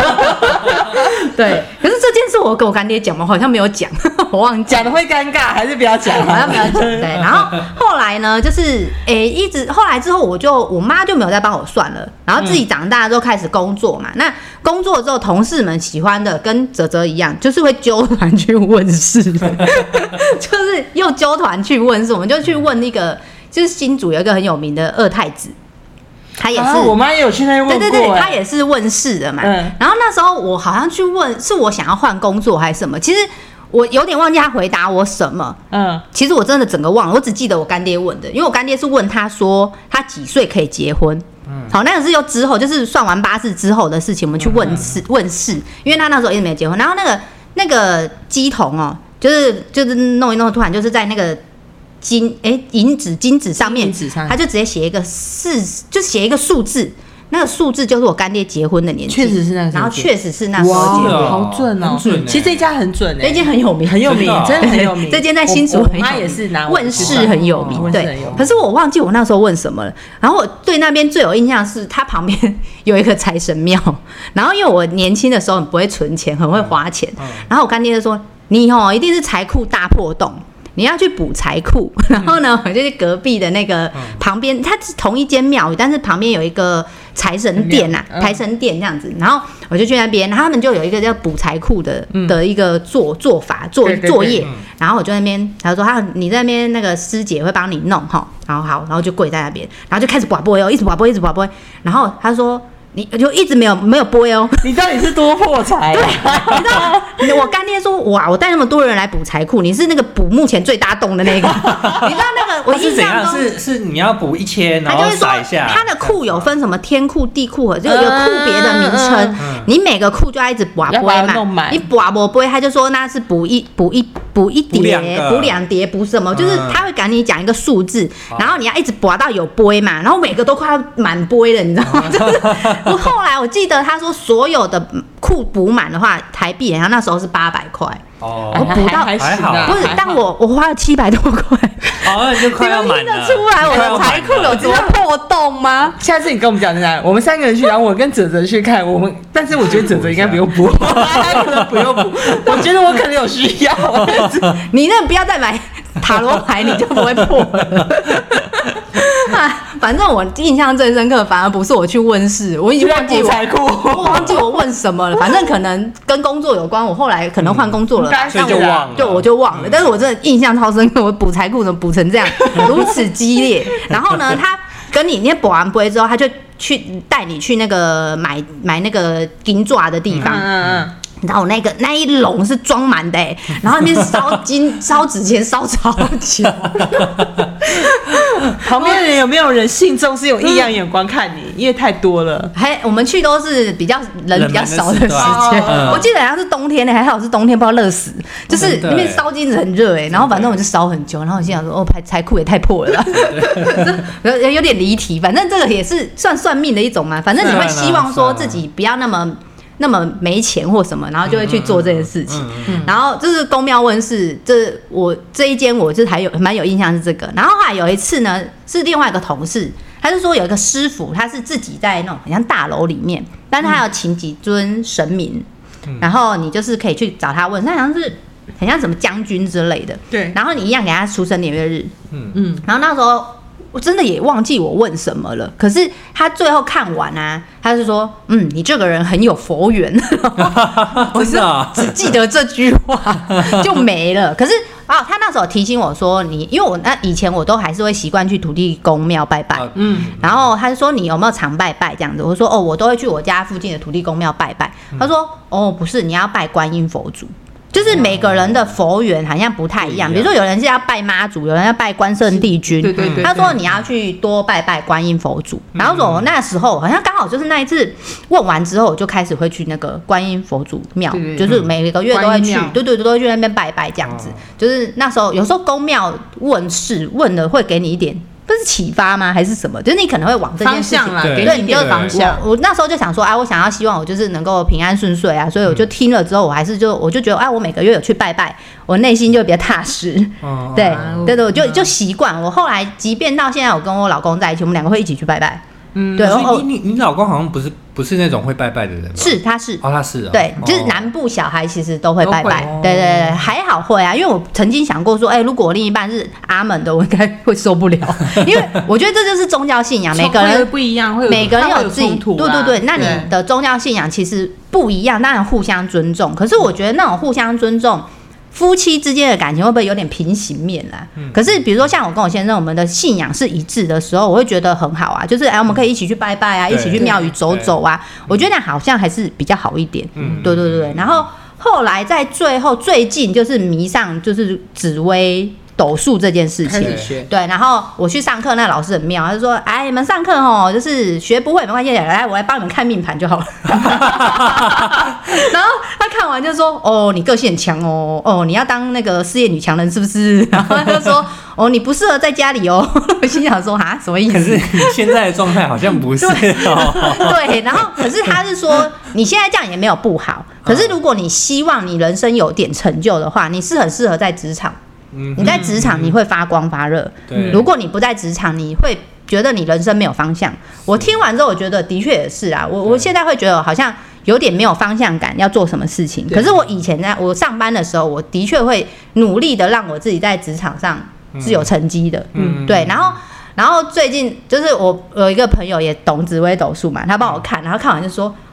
对。可是这件事我跟我干爹讲嘛，好像没有讲，我忘记讲的会尴尬，还是不要讲， 好像不要讲。对，然后后来呢，就是诶，一直后来之后，我就我妈就没有再帮我算了，然后自己长大之后开始工作嘛。那工作之后，同事们喜欢的跟哲哲一样，就是会揪团去问事，就是又揪团去问事，我们就去问那个，就是新竹有一个很有名的二太子，他也是，啊、 我妈也有去那边问过， 对对对，他也是问事的嘛。嗯、然后那时候我好像去问，是我想要换工作还是什么？其实我有点忘记他回答我什么。嗯，其实我真的整个忘了，我只记得我干爹问的，因为我干爹是问他说他几岁可以结婚。嗯，好，那个是又之后，就是算完八字之后的事情，我们去问事、嗯、问事，因为他那时候一直没结婚。然后那个那个鸡童哦，就是就是弄一弄，突然就是在那个金哎银纸金纸上面，他就直接写一个四，就写一个数字。那个数字就是我干爹结婚的年纪， 确实是那个时候， 然后确实是那时候结婚， 好准哦， 准。 其实这家很准， 这间很有名， 很有名，真的很有名。 这间在新竹很有名， 他也是拿问世很有名，对。可是我忘记我那时候问什么了。然后我对那边最有印象是，他旁边有一个财神庙。然后因为我年轻的时候很不会存钱，很会花钱，然后我干爹就说：“你哦，一定是财库大破洞。”你要去补财库，然后呢，我就去隔壁的那个旁边，它是同一间庙宇，但是旁边有一个财神殿呐、啊，财神殿这样子。然后我就去那边，然后他们就有一个叫补财库的、嗯、的一个做做法做作业，然后我就在那边，他说他你在那边那个师姐会帮你弄哈，然后好，然后就跪在那边，然后就开始拔杯哦，一直拔杯一直拔杯，然后他说。你就一直没有没有播哦， 你到底是多破财？ 对，你知道我干爹说哇，我带那么多人来补财库，你是那个补目前最大洞的那个，你知道那个我印象中是是你要补一千，然后撒一下。 他的库有分什么天库、地库，就有库别的名称，嗯嗯、你每个库就要一直补杯嘛，你补不杯，他就说那是补一补一补一叠，补两叠，补什么，就是他会赶你讲一个数字，然后你要一直补到有杯嘛，然后每个都快要满杯了，你知道吗？就是我后来我记得他说所有的库补满的话，台币好像那时候是八百块。 哦， 我补到还好， 不是，但我我花了七百多块。 好，那你就快要满了。 你们听得出来我的财库有多破洞吗？ 下次你跟我们讲一下，我们三个人去，然后我跟哲哲去看我们，但是我觉得哲哲应该不用补，他可能不用补。我觉得我可能有需要。 你那不要再买塔罗牌，你就不会破了。反正我印象最深刻，反而不是我去问事，我已经忘记我财库， 我忘记我问什么了。反正可能跟工作有关，我后来可能换工作了， 所以就忘了， 就我就忘了。但是我真的印象超深刻，我补财库怎么补成这样，如此激烈。然后呢，他跟你那补完杯之后，他就去带你去那个买买那个金爪的地方。嗯嗯。然后那个那一笼是装满的哎，然后那边烧金烧纸钱烧超久。 旁边人有没有人信众是用异样眼光看你？因为太多了。 还我们去都是比较人比较少的时间。哦、我记得好像是冬天呢，还好是冬天，不知道热死。就是里面烧金子很热哎，然后反正我就烧很久，然后我心想说哦，财库也太破了吧，有有点离题。反正这个也是算算命的一种嘛，反正你会希望说自己不要那么。那么没钱或什么，然后就会去做这件事情。嗯嗯嗯、然后就是公庙问事，这我这一间我就还有蛮有印象是这个。然后后来有一次呢，是另外一个同事，他就说有一个师傅，他是自己在那种很像大楼里面，但是他要请几尊神明，嗯、然后你就是可以去找他问，他好像是很像什么将军之类的。 对。 然后你一样给他出生年月日。嗯嗯。然后那时候。我真的也忘记我问什么了，可是他最后看完啊，他是说，嗯，你这个人很有佛缘，我是只记得这句话就没了。可是啊，他那时候提醒我说你，因为我那以前我都还是会习惯去土地公庙拜拜，嗯，然后他就说你有没有常拜拜这样子？我说哦，我都会去我家附近的土地公庙拜拜。他说哦，不是，你要拜观音佛祖。就是每个人的佛缘好像不太一样，比如说有人是要拜妈祖，有人要拜关圣帝君。 对对对。 他说你要去多拜拜观音佛祖。然后说我那时候好像刚好就是那一次问完之后，我就开始会去那个观音佛祖庙，就是每个月都会去，对对对，都会去那边拜拜这样子。就是那时候有时候公庙问事问的会给你一点。不是启发吗？还是什么？就是你可能会往这件事情， 对， 对，你就方向。我我那时候就想说，哎、啊，我想要希望我就是能够平安顺遂啊，所以我就听了之后，我还是就我就觉得，哎、啊，我每个月有去拜拜，我内心就比较踏实。嗯、对，对对，我就就习惯。我后来即便到现在，我跟我老公在一起，我们两个会一起去拜拜。嗯，对。 所以你你你老公好像不是不是那种会拜拜的人吧？ 是，他是。 哦，他是、哦。 对，就是南部小孩其实都会拜拜。对对对，还好会啊，因为我曾经想过说，哎、欸，如果我另一半是阿门的，我应该会受不了，因为我觉得这就是宗教信仰，每个人不一样，会有每个人有自己。 对对对，那你的宗教信仰其实不一样，当然互相尊重。可是我觉得那种互相尊重。夫妻之间的感情会不会有点平行面啦？嗯、可是比如说像我跟我先生，我们的信仰是一致的时候，我会觉得很好啊。就是哎，我们可以一起去拜拜啊，嗯、一起去庙宇走走啊。我觉得那好像还是比较好一点。嗯，对对对。然后后来在最后最近就是迷上就是紫微斗数这件事情，对，然后我去上课，那老师很妙，他就说：“哎，你们上课哦，就是学不会没关系，来，我来帮你们看命盘就好了。”然后他看完就说：“哦，你个性很强哦，哦，你要当那个事业女强人是不是？”然后他就说：“哦，你不适合在家里哦。”我心想说：“哈，什么意思？” 可是你现在的状态好像不是哦。 对，然后可是他是说你现在这样也没有不好，可是如果你希望你人生有点成就的话，你是很适合在职场。你在职场你会发光发热，嗯、如果你不在职场，你会觉得你人生没有方向。我听完之后，我觉得的确也是啊。我我现在会觉得好像有点没有方向感，要做什么事情。可是我以前在我上班的时候，我的确会努力的让我自己在职场上是有成绩的。嗯，对。然后然后最近就是我有一个朋友也懂紫微斗数嘛，他帮我看，然后看完就说。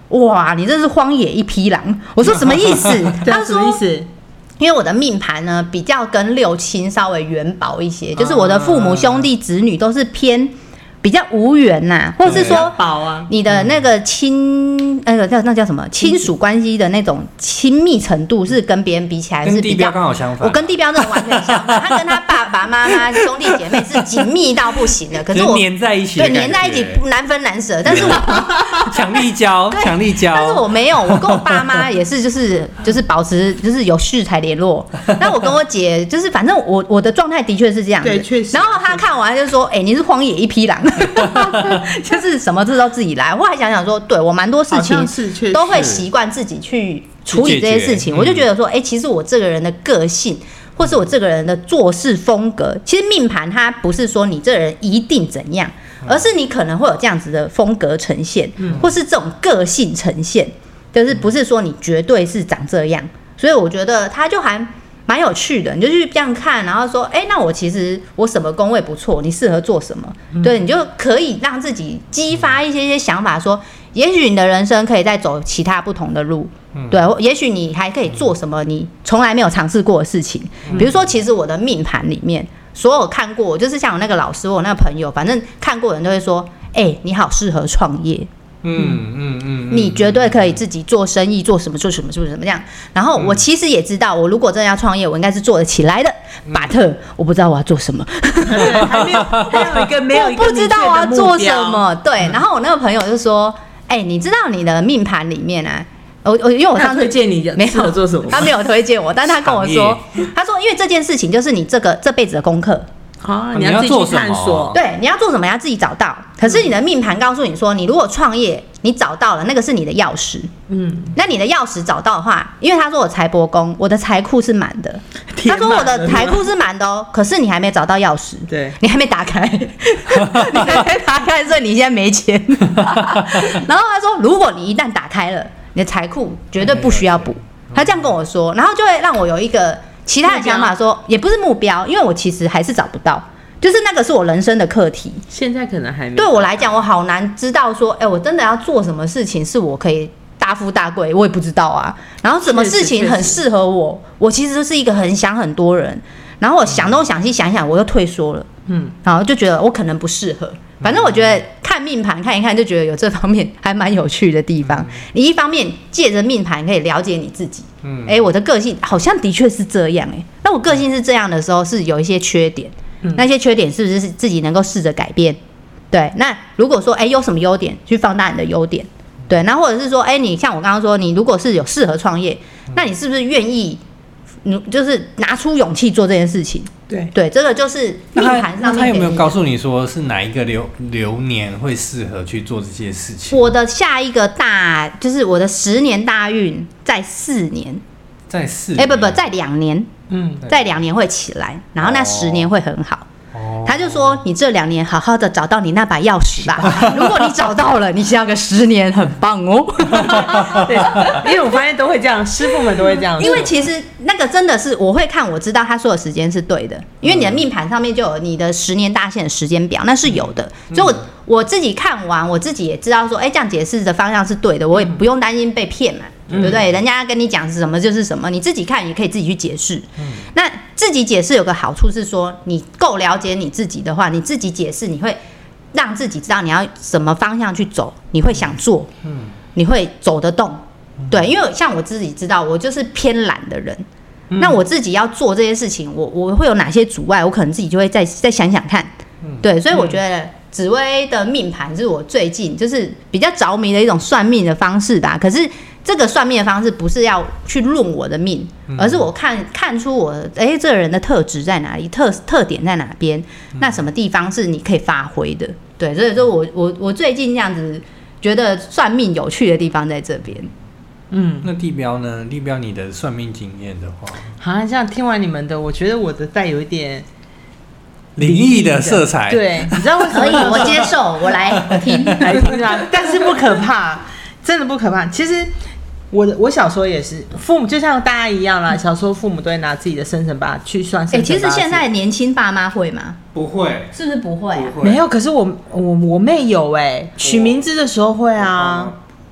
哇，你这是荒野一匹狼。我说什么意思？他说什么意思？ 因为我的命盘呢比较跟六亲稍微元薄一些，就是我的父母兄弟子女都是偏比较无缘呐、啊，或者是说你的那个亲那个叫那叫什么亲属关系的那种亲密程度是跟别人比起来是比较刚好相反。 我跟地标真的完全相反，他跟他爸爸妈妈兄弟姐妹是紧密到不行的，可是我黏在一起， 对，黏在一起难分难舍。但是我强力胶，强力胶。 但是我没有，我跟我爸妈也是就是就是保持就是有事才联络。那我跟我姐就是反正我我的状态的确是这样子， 对，确实。 然后他看完就说：“哎、欸，你是荒野一匹狼。”就是什么事都自己来。后来想想说，对我蛮多事情都会习惯自己去处理这些事情。我就觉得说，哎、欸，其实我这个人的个性，或是我这个人的做事风格，其实命盘它不是说你这个人一定怎样，而是你可能会有这样子的风格呈现，或是这种个性呈现，就是不是说你绝对是长这样。所以我觉得它就还蛮有趣的，你就去这样看，然后说，哎、欸，那我其实我什么宫位不错，你适合做什么？嗯、对，你就可以让自己激发一些一些想法说，也许你的人生可以再走其他不同的路，嗯、对，也许你还可以做什么你从来没有尝试过的事情。嗯、比如说，其实我的命盘里面，所有看过，就是像我那个老师，我那个朋友，反正看过的人都会说，哎、欸，你好适合创业。嗯嗯嗯，你绝对可以自己做生意，做什么做什么做什么这样。然后我其实也知道，我如果真的要创业，我应该是做得起来的。but 我不知道我要做什么， 还没有还有一个没有一个我不知道我要做什么。对，然后我那个朋友就说：“哎、欸，你知道你的命盘里面啊，我我因为我上次推荐你没有做什么， 他没有推荐我，但他跟我说，他说因为这件事情就是你这个这辈子的功课。” 啊，你要自己去探索。 对，你要做什么要自己找到。可是你的命盘告诉你说，你如果创业，你找到了那个是你的钥匙。嗯，那你的钥匙找到的话，因为他说我财帛宫，我的财库是满的。他说我的财库是满的哦，可是你还没找到钥匙。对，你还没打开，你还没打开，所以你现在没钱。然后他说，如果你一旦打开了，你的财库绝对不需要补。他这样跟我说，然后就会让我有一个。其他的想法说也不是目标，因为我其实还是找不到，就是那个是我人生的课题。 现在可能还没。 对我来讲，我好难知道说，哎、欸，我真的要做什么事情是我可以大富大贵，我也不知道啊。然后什么事情很适合我，我其实是一个很想很多人，然后我想东想西想想，我又退缩了，嗯，然后就觉得我可能不适合。反正我觉得看命盘看一看，就觉得有这方面还蛮有趣的地方。嗯、你一方面借着命盘可以了解你自己，嗯，哎、欸，我的个性好像的确是这样、欸，哎，那我个性是这样的时候，是有一些缺点，嗯、那些缺点是不是自己能够试着改变？对，那如果说哎、欸、有什么优点，去放大你的优点，对，那或者是说哎、欸、你像我刚刚说，你如果是有适合创业，那你是不是愿意？你就是拿出勇气做这件事情，对对，这个就是命盘上面。 那他有没有告诉你说是哪一个流流年会适合去做这些事情？ 我的下一个大就是我的十年大运在四年， 在四哎、欸、不不在两年，嗯，在两年会起来，然后那十年会很好。哦、他就说：“你这两年好好的找到你那把钥匙吧。如果你找到了，你下个十年很棒哦。” 对，因为我发现都会这样，师傅们都会这样。 因为其实那个真的是我会看，我知道他说的时间是对的，因为你的命盘上面就有你的十年大限的时间表，那是有的。所以我我自己看完，我自己也知道说，哎、欸，这样解释的方向是对的，我也不用担心被骗嘛。对不对？人家跟你讲是什么就是什么，你自己看也可以自己去解释。嗯、那自己解释有个好处是说，你够了解你自己的话，你自己解释，你会让自己知道你要什么方向去走，你会想做，嗯、你会走得动。嗯、对，因为像我自己知道，我就是偏懒的人。嗯、那我自己要做这些事情，我我会有哪些阻碍？我可能自己就会再再想想看。嗯、对，所以我觉得紫微的命盘是我最近就是比较着迷的一种算命的方式吧。可是这个算命的方式不是要去论我的命，而是我看看出我哎、欸、这个人的特质在哪里，特特点在哪边，那什么地方是你可以发挥的。对，所以说我我我最近这样子觉得算命有趣的地方在这边。 嗯，那地标呢？地标你的算命经验的话， 好像听完你们的，我觉得我的带有一点灵异的色彩。 对，你知道为什么？ 可以，我接受，我来听来听啊，但是不可怕，真的不可怕。其实。我我小时候也是，父母就像大家一样啦。小时候父母都会拿自己的生辰八去算生辰八字。 哎、欸，其实现在年轻爸妈会吗？ 不会， 是不是不会啊？ 不会没有，可是我我我妹有哎、欸，取名字的时候会啊。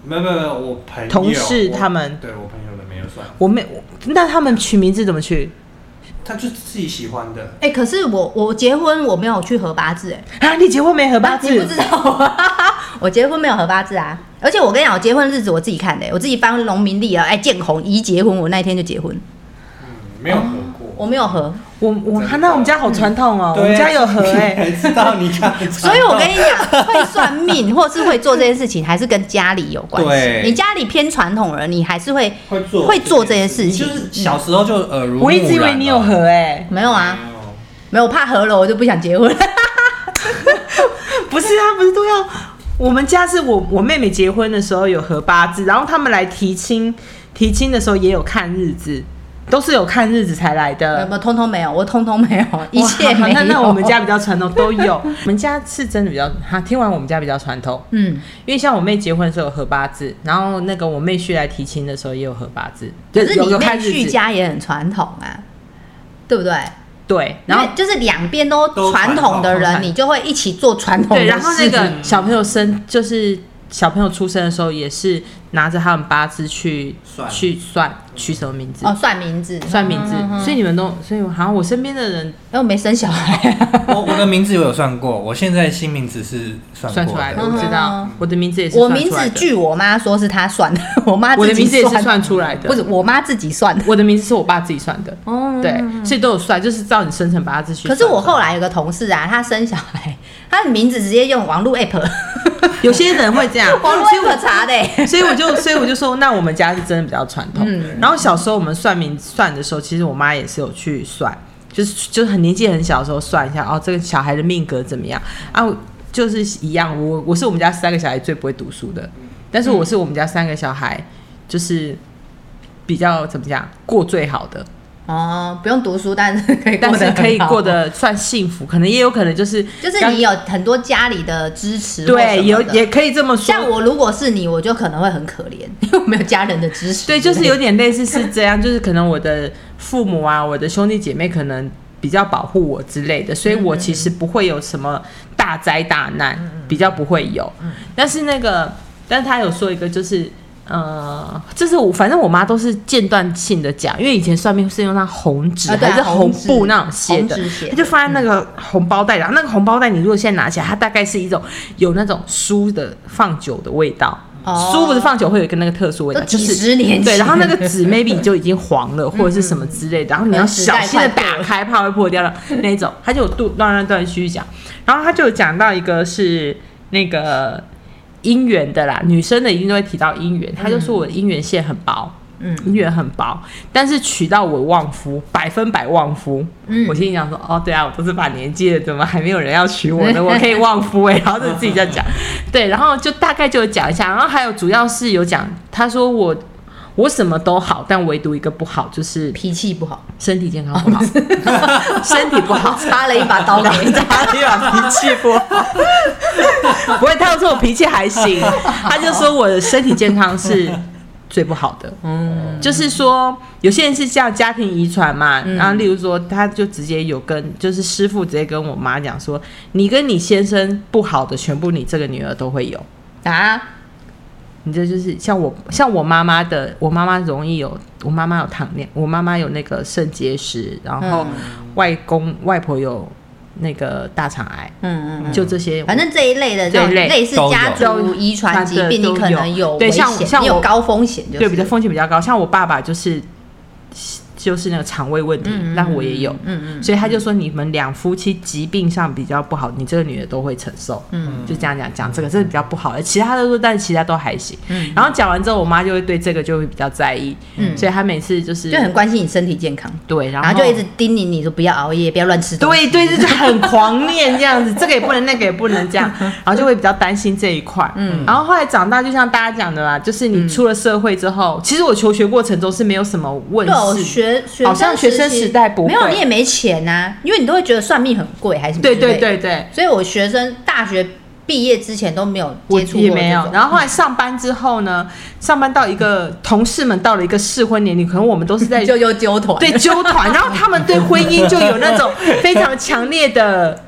没有没有没有，我朋友同事他们， 对我朋友的没有算。 我没，那他们取名字怎么取？ 他就自己喜欢的。 哎、欸，可是我我结婚我没有去合八字哎、欸。 啊，你结婚没合八字？啊、 你不知道啊？我结婚没有合八字啊。而且我跟你讲，我结婚日子我自己看的、欸，我自己翻农民历啊，哎，见红一结婚，我那一天就结婚。 嗯，没有合过。 我没有合。 我我那我们家好传统哦、喔，我们家有合哎、 欸。知道你看。 所以我跟你讲，会算命或是会做这件事情，还是跟家里有关系。你家里偏传统人，你还是会会做会做这件事情。 就是小时候就耳濡目染。 我一直以为你有合哎、欸， 没有啊，没有，我怕合了我就不想结婚。 不是啊，不是都要。我们家是我我妹妹结婚的时候有合八字，然后他们来提亲提亲的时候也有看日子。都是有看日子才来的， 没有，通通没有，我通通没有，一切没有。 那那我们家比较传统，都有。我们家是真的比较，哈，听完我们家比较传统，嗯，因为像我妹结婚的时候有合八字，然后那个我妹婿来提亲的时候也有合八字， 可是你妹婿家也很传统啊，对不对？ 对，然后就是两边都传统的人，你就会一起做传统的事。 对，然后那个小朋友生就是小朋友出生的时候也是拿着他们八字去算去算取什么名字哦，算名字， 算名字。嗯嗯嗯，所以你们都，所以好像我身边的人， 因为我没生小孩， 我我的名字我有算过，我现在新名字是算算出来的，我知道，我的名字也是算出来的。 我名字据我妈说是她算的，我妈我的名字也是算出来的， 不是我妈自己算的， 我的名字是我爸自己算的。哦，对，所以都有算，就是照你生辰八字去算。 可是我后来有个同事啊，他生小孩，他的名字直接用网络 app。 有些人会这样， 网络 app 查的、欸， 所以我就所以我就说，那我们家是真的比较传统。嗯，然后小时候我们算命算的时候，其实我妈也是有去算，就是就是很年纪很小的时候算一下，哦，这个小孩的命格怎么样啊？就是一样，我我是我们家三个小孩最不会读书的，但是我是我们家三个小孩就是比较怎么讲过最好的。 哦，不用读书，但是可以过得很好， 但是可以过得算幸福，可能也有可能就是就是你有很多家里的支持， 对，有也可以这么说。 像我如果是你，我就可能会很可怜，因为我没有家人的支持。 对，就是有点类似是这样，就是可能我的父母啊，我的兄弟姐妹可能比较保护我之类的，所以我其实不会有什么大灾大难，嗯、比较不会有。嗯、但是那个，但是他有说一个就是。呃，就是我，反正我妈都是间断性的讲，因为以前算命是用那红纸、啊、还是红布那种写的，她就放在那个红包袋，然后那个红包袋你如果现在拿起来，它大概是一种有那种书的放久的味道。哦、书不是放久会有一个那个特殊味道， 几十年前就是对，然后那个纸 maybe 就已经黄了或者是什么之类的，然后你要小心的打开，怕会破掉了那一种。他就有断断断续续讲，然后他就有讲到一个是那个。姻缘的啦，女生的一定都会提到姻缘，他就说我的姻缘线很薄，嗯，姻缘很薄，但是娶到我旺夫，百分百旺夫。嗯，我心里想说，哦，对啊，我都是把年纪了，怎么还没有人要娶我呢？我可以旺夫哎、欸，然后就自己在讲，对，然后就大概就有讲一下，然后还有主要是有讲，他说我我什么都好，但唯独一个不好就是脾气不好， 身体健康不好，哦、身体不好， 插了一把刀给你， 插了一把脾气不好。不会，他说我脾气还行，他就说我的身体健康是最不好的。嗯，就是说有些人是这样家庭遗传嘛，嗯、然后例如说他就直接有跟就是师父直接跟我妈讲说，你跟你先生不好的全部你这个女儿都会有啊。你这就是像我像我妈妈的，我妈妈容易有，我妈妈有糖尿，我妈妈有那个肾结石，然后外公外婆有那个大肠癌，嗯嗯，就这些， 反正这一类的这种类似家族遗传疾病，你可能有危险，对，像你有高风险，就是， 对，比较风险比较高。像我爸爸就是就是那个肠胃问题，那、嗯、我也有，嗯嗯，所以他就说你们两夫妻疾病上比较不好，你这个女的都会承受，嗯，就这样讲讲这个这是比较不好的，其他的说，但是其他都还行，嗯。然后讲完之后，我妈就会对这个就会比较在意，嗯，所以她每次就是就很关心你身体健康， 对，然后, 然后就一直叮咛你说不要熬夜，不要乱吃东西， 对对，就是很狂念这样子，这个也不能，那个也不能这样，然后就会比较担心这一块，嗯。然后后来长大，就像大家讲的啦，就是你出了社会之后，嗯、其实我求学过程中是没有什么问世， 对，学。 好像学生时代不会， 没有，你也没钱啊，因为你都会觉得算命很贵还是什么之类的。 对对对对， 所以我学生大学毕业之前都没有接触过， 也没有。然后后来上班之后呢，上班到一个同事们到了一个适婚年龄，可能我们都是在就又揪团， 对揪团，然后他们对婚姻就有那种非常强烈的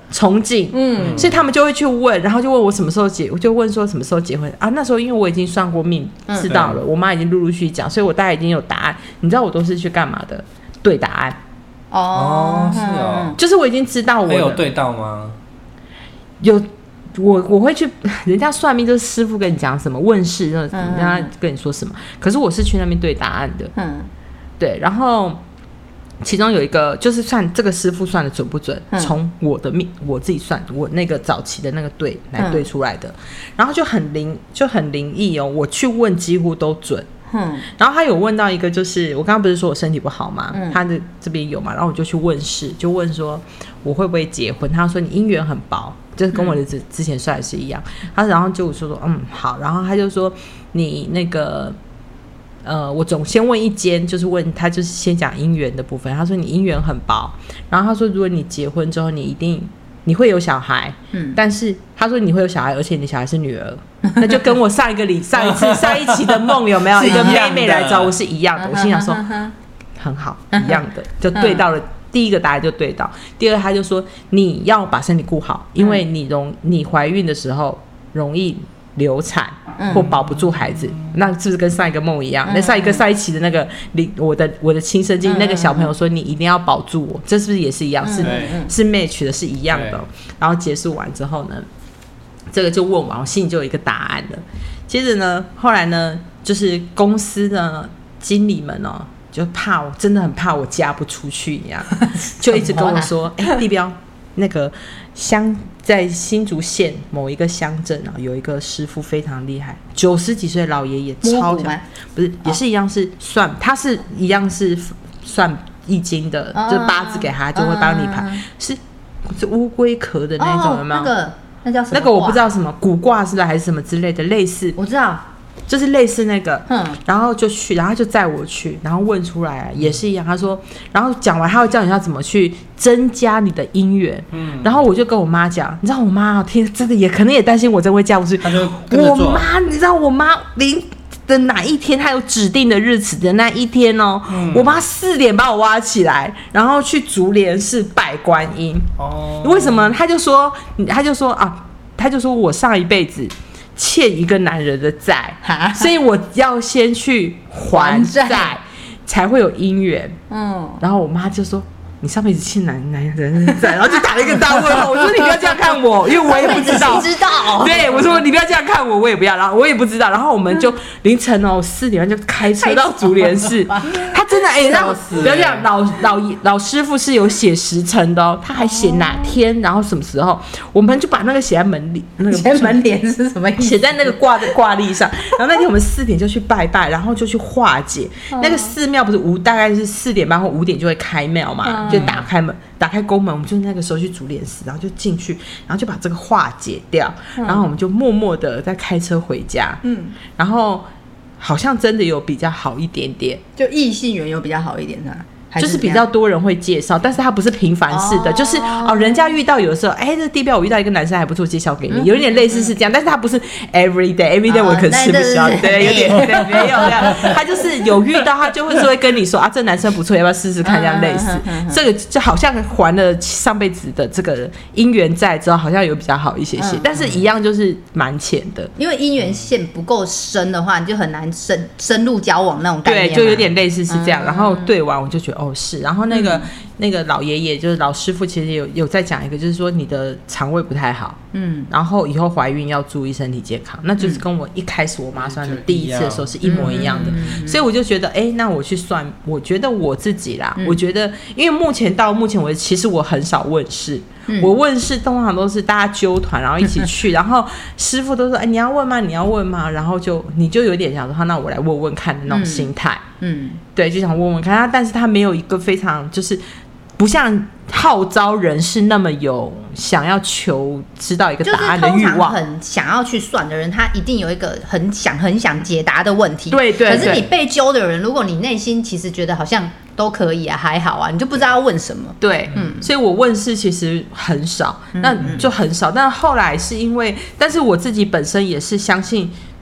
憧憬，嗯，所以他们就会去问，然后就问我什么时候结，我就问说什么时候结婚啊？那时候因为我已经算过命，知道了，我妈已经陆陆续续讲，所以我大概已经有答案。你知道我都是去干嘛的？对答案。 哦，是哦， 就是我已经知道我有对到吗？ 有。我我会去，人家算命就是师傅跟你讲什么，问事人家跟你说什么，可是我是去那边对答案的，嗯，对，然后其中有一个就是算这个师傅算的准不准，从、嗯、我的命我自己算，我那个早期的那个对来对出来的，嗯、然后就很灵就很灵异哦，我去问几乎都准。嗯，然后他有问到一个，就是我刚刚不是说我身体不好吗？嗯、他的这边有嘛，然后我就去问事，就问说我会不会结婚？他说你姻缘很薄，就是跟我的之之前算的是一样。他然后就说说嗯好，然后他就说你那个呃，我总先问一间，就是问他就是先讲姻缘的部分。他说你姻缘很薄，然后他说如果你结婚之后，你一定你会有小孩，嗯，但是他说你会有小孩，而且你小孩是女儿。那就跟我上一个礼上一次上一期的梦有没有一个妹妹来找我是一样的？我心想说很好，一样的就对到了。第一个答案就对到，第二他就说你要把身体顾好，因为你容你怀孕的时候容易流产或保不住孩子，嗯、那是不是跟上一个梦一样？嗯、那上一个上一期的那个我的我的亲生经、嗯、那个小朋友说你一定要保住我，这是不是也是一样？是、嗯、是 match 的是一样的。然后结束完之后呢？这个就问完，我心里就有一个答案了。接着呢，后来呢，就是公司的经理们哦，就怕我，真的很怕我嫁不出去一样，就一直跟我说：“哎、欸，地标，那个乡在新竹县某一个乡镇啊，有一个师傅非常厉害，九十几岁老爷爷，超强，不是也是一样是算，他是一样是算易经的，哦、就八字给他就会帮你排，嗯、是是乌龟壳的那种，有没有？ 那个。”那叫什么？ 那个我不知道什么卜卦是不是还是什么之类的，类似我知道， 就是类似那个，嗯，然后就去，然后就载我去，然后问出来也是一样，他说，然后讲完他会教你要怎么去增加你的姻缘，嗯，然后我就跟我妈讲，你知道我妈听真的也可能也担心我真会嫁不出去，我妈你知道我妈临的哪一天，她有指定的日子的那一天哦，嗯、我妈四点把我挖起来，然后去竹联寺拜观音。哦，为什么？她就说，她就说啊，她就说我上一辈子欠一个男人的债，所以我要先去还债，才会有姻缘。嗯，然后我妈就说。你上辈子欠男男人债，然后就打了一个大问号。我说你不要这样看我，因为我也不知道。 知道。 对，我说你不要这样看我，我也不要，然后我也不知道。然后我们就凌晨哦四点半就开车到竹联寺。他真的哎，让、欸、不要这样，老老老师傅是有写时辰的哦，他还写哪天，然后什么时候，我们就把那个写在门里，那个写门帘是什么意思？ 写在那个挂的挂历上。然后那天我们四点就去拜拜，然后就去化解。那个寺庙不是五大概是四点半或五点就会开庙嘛。就打开门，打开宫门，我们就那个时候去竹联寺，然后就进去，然后就把这个化解掉，嗯、然后我们就默默的在开车回家，嗯，然后好像真的有比较好一点点， 就异性缘有比较好一点的。 就是比较多人会介绍，但是它不是频繁式的，哦、就是哦，人家遇到有的时候，哎，这地标我遇到一个男生还不错，介绍给你，嗯、有一点类似是这样，嗯、但是他不是 every day every day，哦、我可能吃不消，对，有点对，没有这样，他就是有遇到他就会说会跟你说啊，这男生不错，要不要试试看？这样类似，嗯嗯嗯、这个就好像还了上辈子的这个姻缘债之后，好像有比较好一些些，嗯、但是一样就是蛮浅的， 因为姻缘线不够深的话，你就很难深深入交往那种概念， 对，就有点类似是这样，嗯、然后对完我就觉得哦是，然后那个。嗯那个老爷爷就是老师傅，其实有有在讲一个，就是说你的肠胃不太好，嗯，然后以后怀孕要注意身体健康，那就是跟我一开始我妈算的第一次的时候是一模一样的，嗯、所以我就觉得，哎，那我去算，我觉得我自己啦，嗯、我觉得，因为目前到目前为止，其实我很少问事，嗯、我问事通常都是大家揪团，然后一起去，然后师傅都说，哎，你要问吗？你要问吗？然后就你就有点想说，那我来问问看的那种心态，嗯，对，就想问问看他，但是他没有一个非常就是。不像号召人是那么有想要求知道一个答案的欲望， 就是、很想要去算的人，他一定有一个很想很想解答的问题。 对 对, 对。 可是你被揪的人，如果你内心其实觉得好像都可以啊，还好啊，你就不知道要问什么。 对，嗯。所以我问事其实很少，那就很少。嗯、但后来是因为，但是我自己本身也是相信。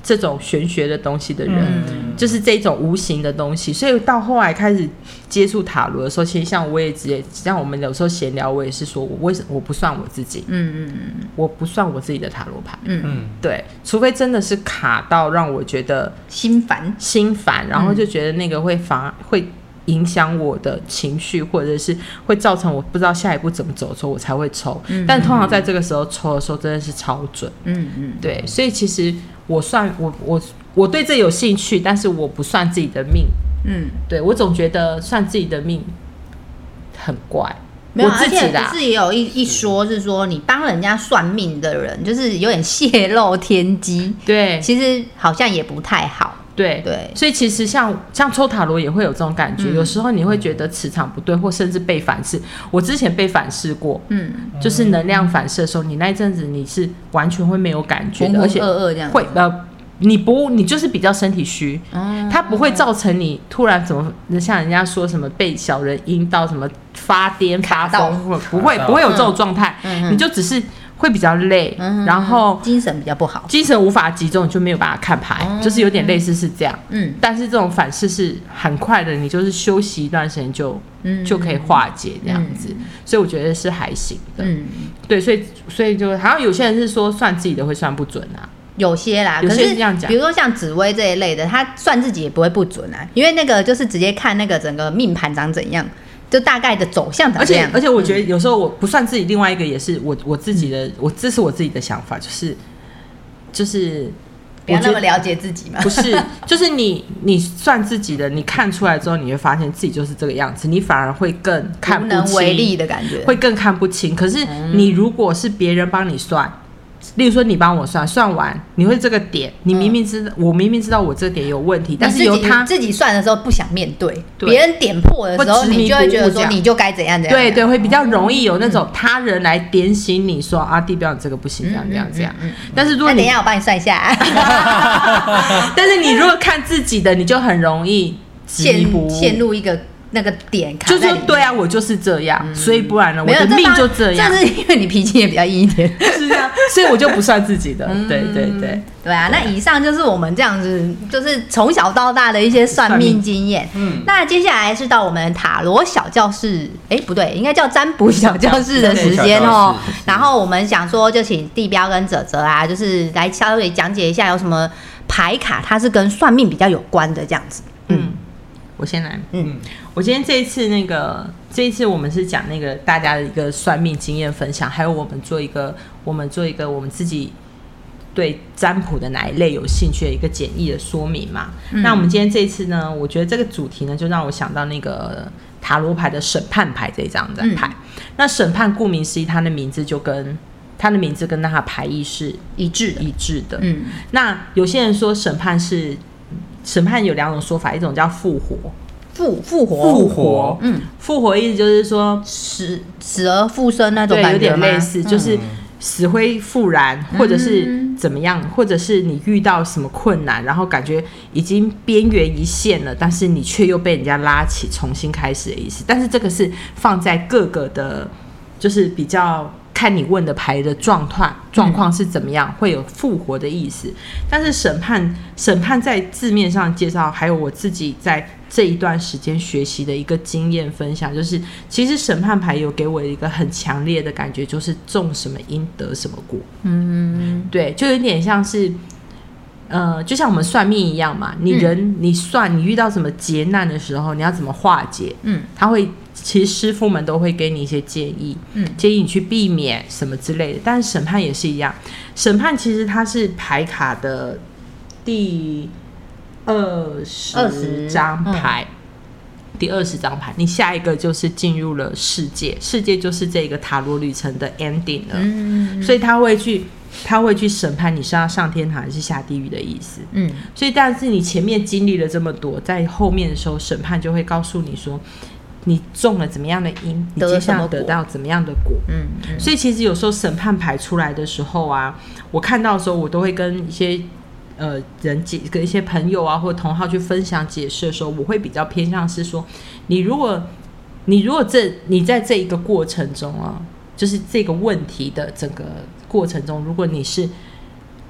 这种玄学的东西的人，嗯、就是这种无形的东西。所以到后来开始接触塔罗的时候，其实像我也直接像我们有时候闲聊，我也是说我为什么我不算我自己，嗯嗯嗯，我不算我自己的塔罗牌，嗯嗯，对，除非真的是卡到让我觉得心烦心烦，然后就觉得那个会反而会影响我的情绪，或者是会造成我不知道下一步怎么走的时候，我才会抽。嗯、但通常在这个时候抽的时候，真的是超准。嗯嗯，对，所以其实我算我我我对这有兴趣，但是我不算自己的命。嗯，对我总觉得算自己的命很怪。 没有，而且不是也有一一说是说，你帮人家算命的人，就是有点泄露天机。 对， 其实好像也不太好。 对对，所以其实像像抽塔罗也会有这种感觉，嗯、有时候你会觉得磁场不对，或甚至被反噬。我之前被反噬过，嗯，就是能量反射的时候，你那一阵子你是完全会没有感觉的， 浑浑噩噩而且这样会呃，你不你就是比较身体虚，嗯、它不会造成你突然怎么像人家说什么被小人阴到什么发癫发疯，不会不会有这种状态，嗯、你就只是。会比较累，嗯、然后精神比较不好， 精神无法集中，你就没有办法看牌，嗯、就是有点类似是这样。嗯，但是这种反噬是很快的，你就是休息一段时间就、嗯、就可以化解这样子，嗯、所以我觉得是还行的。嗯，对，所以所以就好像有些人是说算自己的会算不准啊。 有些啦， 有些是这样讲， 比如说像紫微这一类的，他算自己也不会不准啊，因为那个就是直接看那个整个命盘长怎样。就大概的走向长这样， 而且而且我觉得有时候我不算自己，另外一个也是我我自己的，我这是我自己的想法，就是就是不要那么了解自己嘛， 不是，就是你你算自己的，你看出来之后，你会发现自己就是这个样子，你反而会更看不清， 无能为力的感觉， 会更看不清。可是你如果是别人帮你算。例如说你帮我算，算完你会这个点，你明明知道、嗯、我明明知道我这个点有问题，但是由他自己算的时候不想面对，别人点破的时候，你就会觉得说你就该怎样怎样， 对对，会比较容易有那种他人来点醒你说、嗯、啊，地标你这个不行，这样这样这样。嗯嗯嗯、但是如果你等一下我帮你算一下， 但是你如果看自己的，你就很容易陷陷入一个。那个点就说对啊，我就是这样，嗯、所以不然呢，我的命就这样。 这是因为你脾气也比较硬一点， 是这样，所以我就不算自己的。嗯、对对对， 对啊。那以上就是我们这样子，就是从小到大的一些算命经验。嗯，那接下来是到我们塔罗小教室，哎，不对，应该叫占卜小教室的时间哦。然后我们想说，就请地标跟哲哲啊，就是来稍微讲解一下有什么牌卡，它是跟算命比较有关的这样子。嗯。 我先来，嗯，我今天这一次那个这一次我们是讲那个大家的一个算命经验分享，还有我们做一个我们做一个我们自己对占卜的哪一类有兴趣的一个简易的说明嘛。嗯、那我们今天这一次呢，我觉得这个主题呢，就让我想到那个塔罗牌的审判牌这一张的牌。嗯、那审判顾名思义，它的名字就跟它的名字跟它的牌意是一致的， 一致的。嗯，那有些人说审判是。审判有两种说法，一种叫复活， 复复活， 复活，嗯，复活意思就是说死死而复生那种感觉， 对，有点类似，嗯、就是死灰复燃，或者是怎么样，嗯、或者是你遇到什么困难，然后感觉已经边缘一线了，但是你却又被人家拉起，重新开始的意思。但是这个是放在各个的，就是比较。看你问的牌的状况状况是怎么样，嗯、会有复活的意思。但是审判审判在字面上介绍，还有我自己在这一段时间学习的一个经验分享，就是其实审判牌有给我一个很强烈的感觉，就是种什么因得什么果。嗯，对，就有点像是。呃，就像我们算命一样嘛，你人、嗯、你算你遇到什么劫难的时候，你要怎么化解？嗯，他会其实师傅们都会给你一些建议，嗯，建议你去避免什么之类的。但是审判也是一样，审判其实它是牌卡的第二十张牌，嗯、第二十张牌，你下一个就是进入了世界，世界就是这个塔罗旅程的 ending 了，嗯，所以他会去。他会去审判你是要上天堂还是下地狱的意思，嗯，所以但是你前面经历了这么多，在后面的时候审判就会告诉你说，你中了怎么样的因，你接下来得到怎么样的果，嗯，嗯所以其实有时候审判牌出来的时候啊，我看到的时候，我都会跟一些呃人解，跟一些朋友啊或者同好去分享解释的时候，我会比较偏向是说，你如果你如果这你在这一个过程中啊，就是这个问题的整个。过程中，如果你是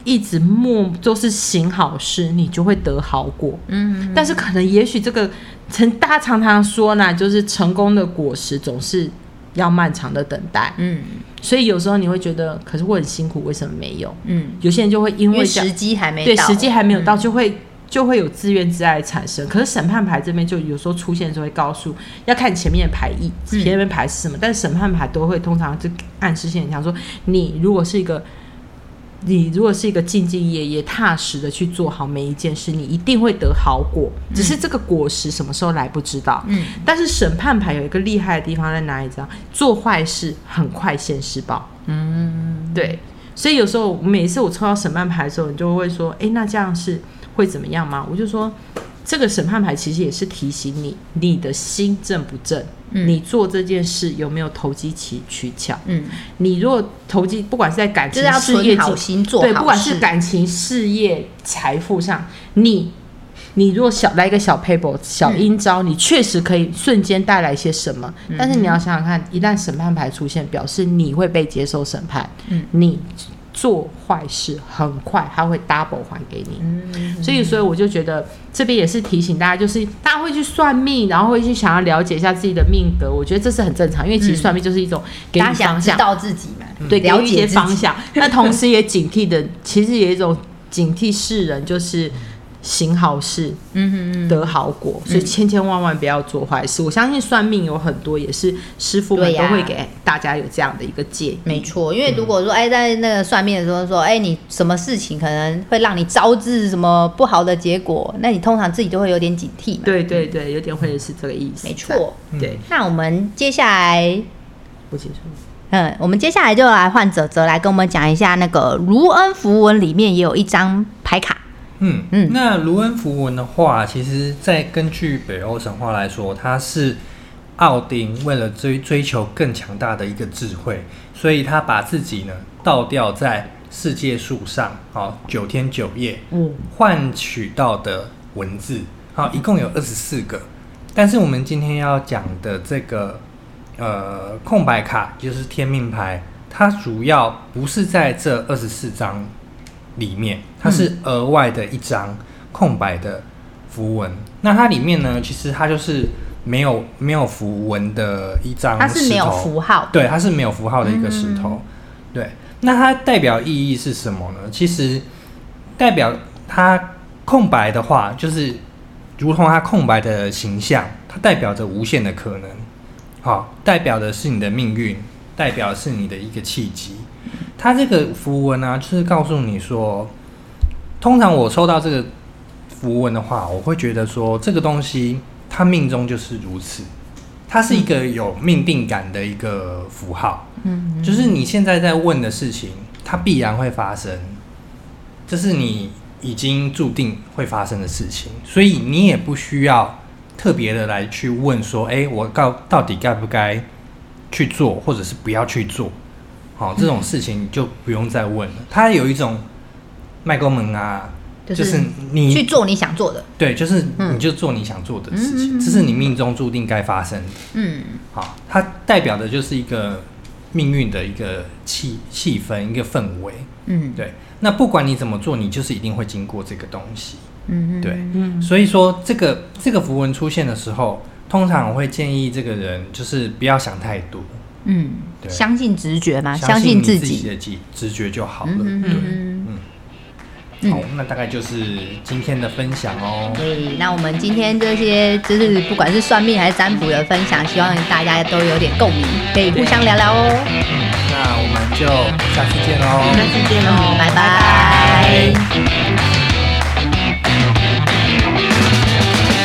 一直默都是行好事，你就会得好果。嗯，但是可能也许这个成大家常常说呢，就是成功的果实总是要漫长的等待。嗯，所以有时候你会觉得，可是我很辛苦，为什么没有？嗯，有些人就会因为时机还没到， 对，时机还没有到，嗯、就会就会有自怨自艾产生。可是审判牌这边就有时候出现的时候会告诉，要看前面的牌意，前面牌是什么。嗯、但是审判牌都会通常就暗示性讲说，你如果是一个。你如果是一个兢兢业业、踏实的去做好每一件事，你一定会得好果。只是这个果实什么时候来不知道。嗯。但是审判牌有一个厉害的地方在哪里？知道？做坏事很快现世报。嗯。对。所以有时候每次我抽到审判牌的时候，你就会说：“哎，那这样是会怎么样吗？”我就说，这个审判牌其实也是提醒你，你的心正不正。嗯、你做这件事有没有投机取巧？嗯，你如果投机，不管是在感情、事业、 好心做好事， 对，不管是感情、事业、财富上，你你如果小来一个小 paper 小阴招，嗯、你确实可以瞬间带来一些什么。嗯、但是你要想想看，一旦审判牌出现，表示你会被接受审判。嗯，你做坏事很快他会 double 还给你。嗯，所以所以我就觉得这边也是提醒大家，就是大家会去算命，然后会去想要了解一下自己的命格，我觉得这是很正常，因为其实算命就是一种给你方向， 大家想知道自己嘛， 对，了解一些方向。那同时也警惕的，其实也有一种警惕世人，就是行好事，嗯嗯得好果，所以千千万万不要做坏事。我相信算命有很多也是师傅们都会给大家有这样的一个建议。 没错，因为如果说哎、欸、在那个算命的时候说哎、欸、你什么事情可能会让你招致什么不好的结果，那你通常自己就会有点警惕嘛。 对对对，有点会是这个意思。 没错， 对。 那我们接下来不结束。 嗯，我们接下来就来换哲哲来跟我们讲一下那个卢恩符文里面也有一张牌卡。 嗯嗯，那卢恩符文的话，其实在根据北欧神话来说，它是奥丁为了追追求更强大的一个智慧，所以他把自己呢倒吊在世界树上，好九天九夜，嗯，换取到的文字，好一共有二十四个。但是我们今天要讲的这个呃空白卡，就是天命牌，它主要不是在这二十四张里面，它是额外的一张空白的符文。嗯、那它里面呢，其实它就是没有没有符文的一张石头， 它是没有符号， 对，它是没有符号的一个石头。嗯、对，那它代表意义是什么呢？其实代表它空白的话，就是如同它空白的形象，它代表着无限的可能。好，代表的是你的命运，代表的是你的一个契机。它这个符文啊，就是告诉你说，通常我收到这个符文的话，我会觉得说，这个东西它命中就是如此，它是一个有命定感的一个符号。嗯，就是你现在在问的事情，它必然会发生，这是你已经注定会发生的事情，所以你也不需要特别的来去问说，哎、欸，我到底该不该去做，或者是不要去做。好，这种事情你就不用再问了。它有一种麦克门啊，就是、就是你去做你想做的， 对，就是你就做你想做的事情，嗯、这是你命中注定该发生的。嗯，好，它代表的就是一个命运的一个气气氛，一个氛围。嗯，对。那不管你怎么做，你就是一定会经过这个东西。嗯，对。嗯，所以说这个这个符文出现的时候，通常我会建议这个人就是不要想太多。 嗯，相信直觉嘛， 相信自己的直觉就好了。嗯、对，嗯嗯，好，那大概就是今天的分享哦。 对，那我们今天这些就是不管是算命还是占卜的分享，希望大家都有点共鸣，可以互相聊聊哦。 嗯，那我们就下次见喽， 下次见喽，拜拜。拜拜。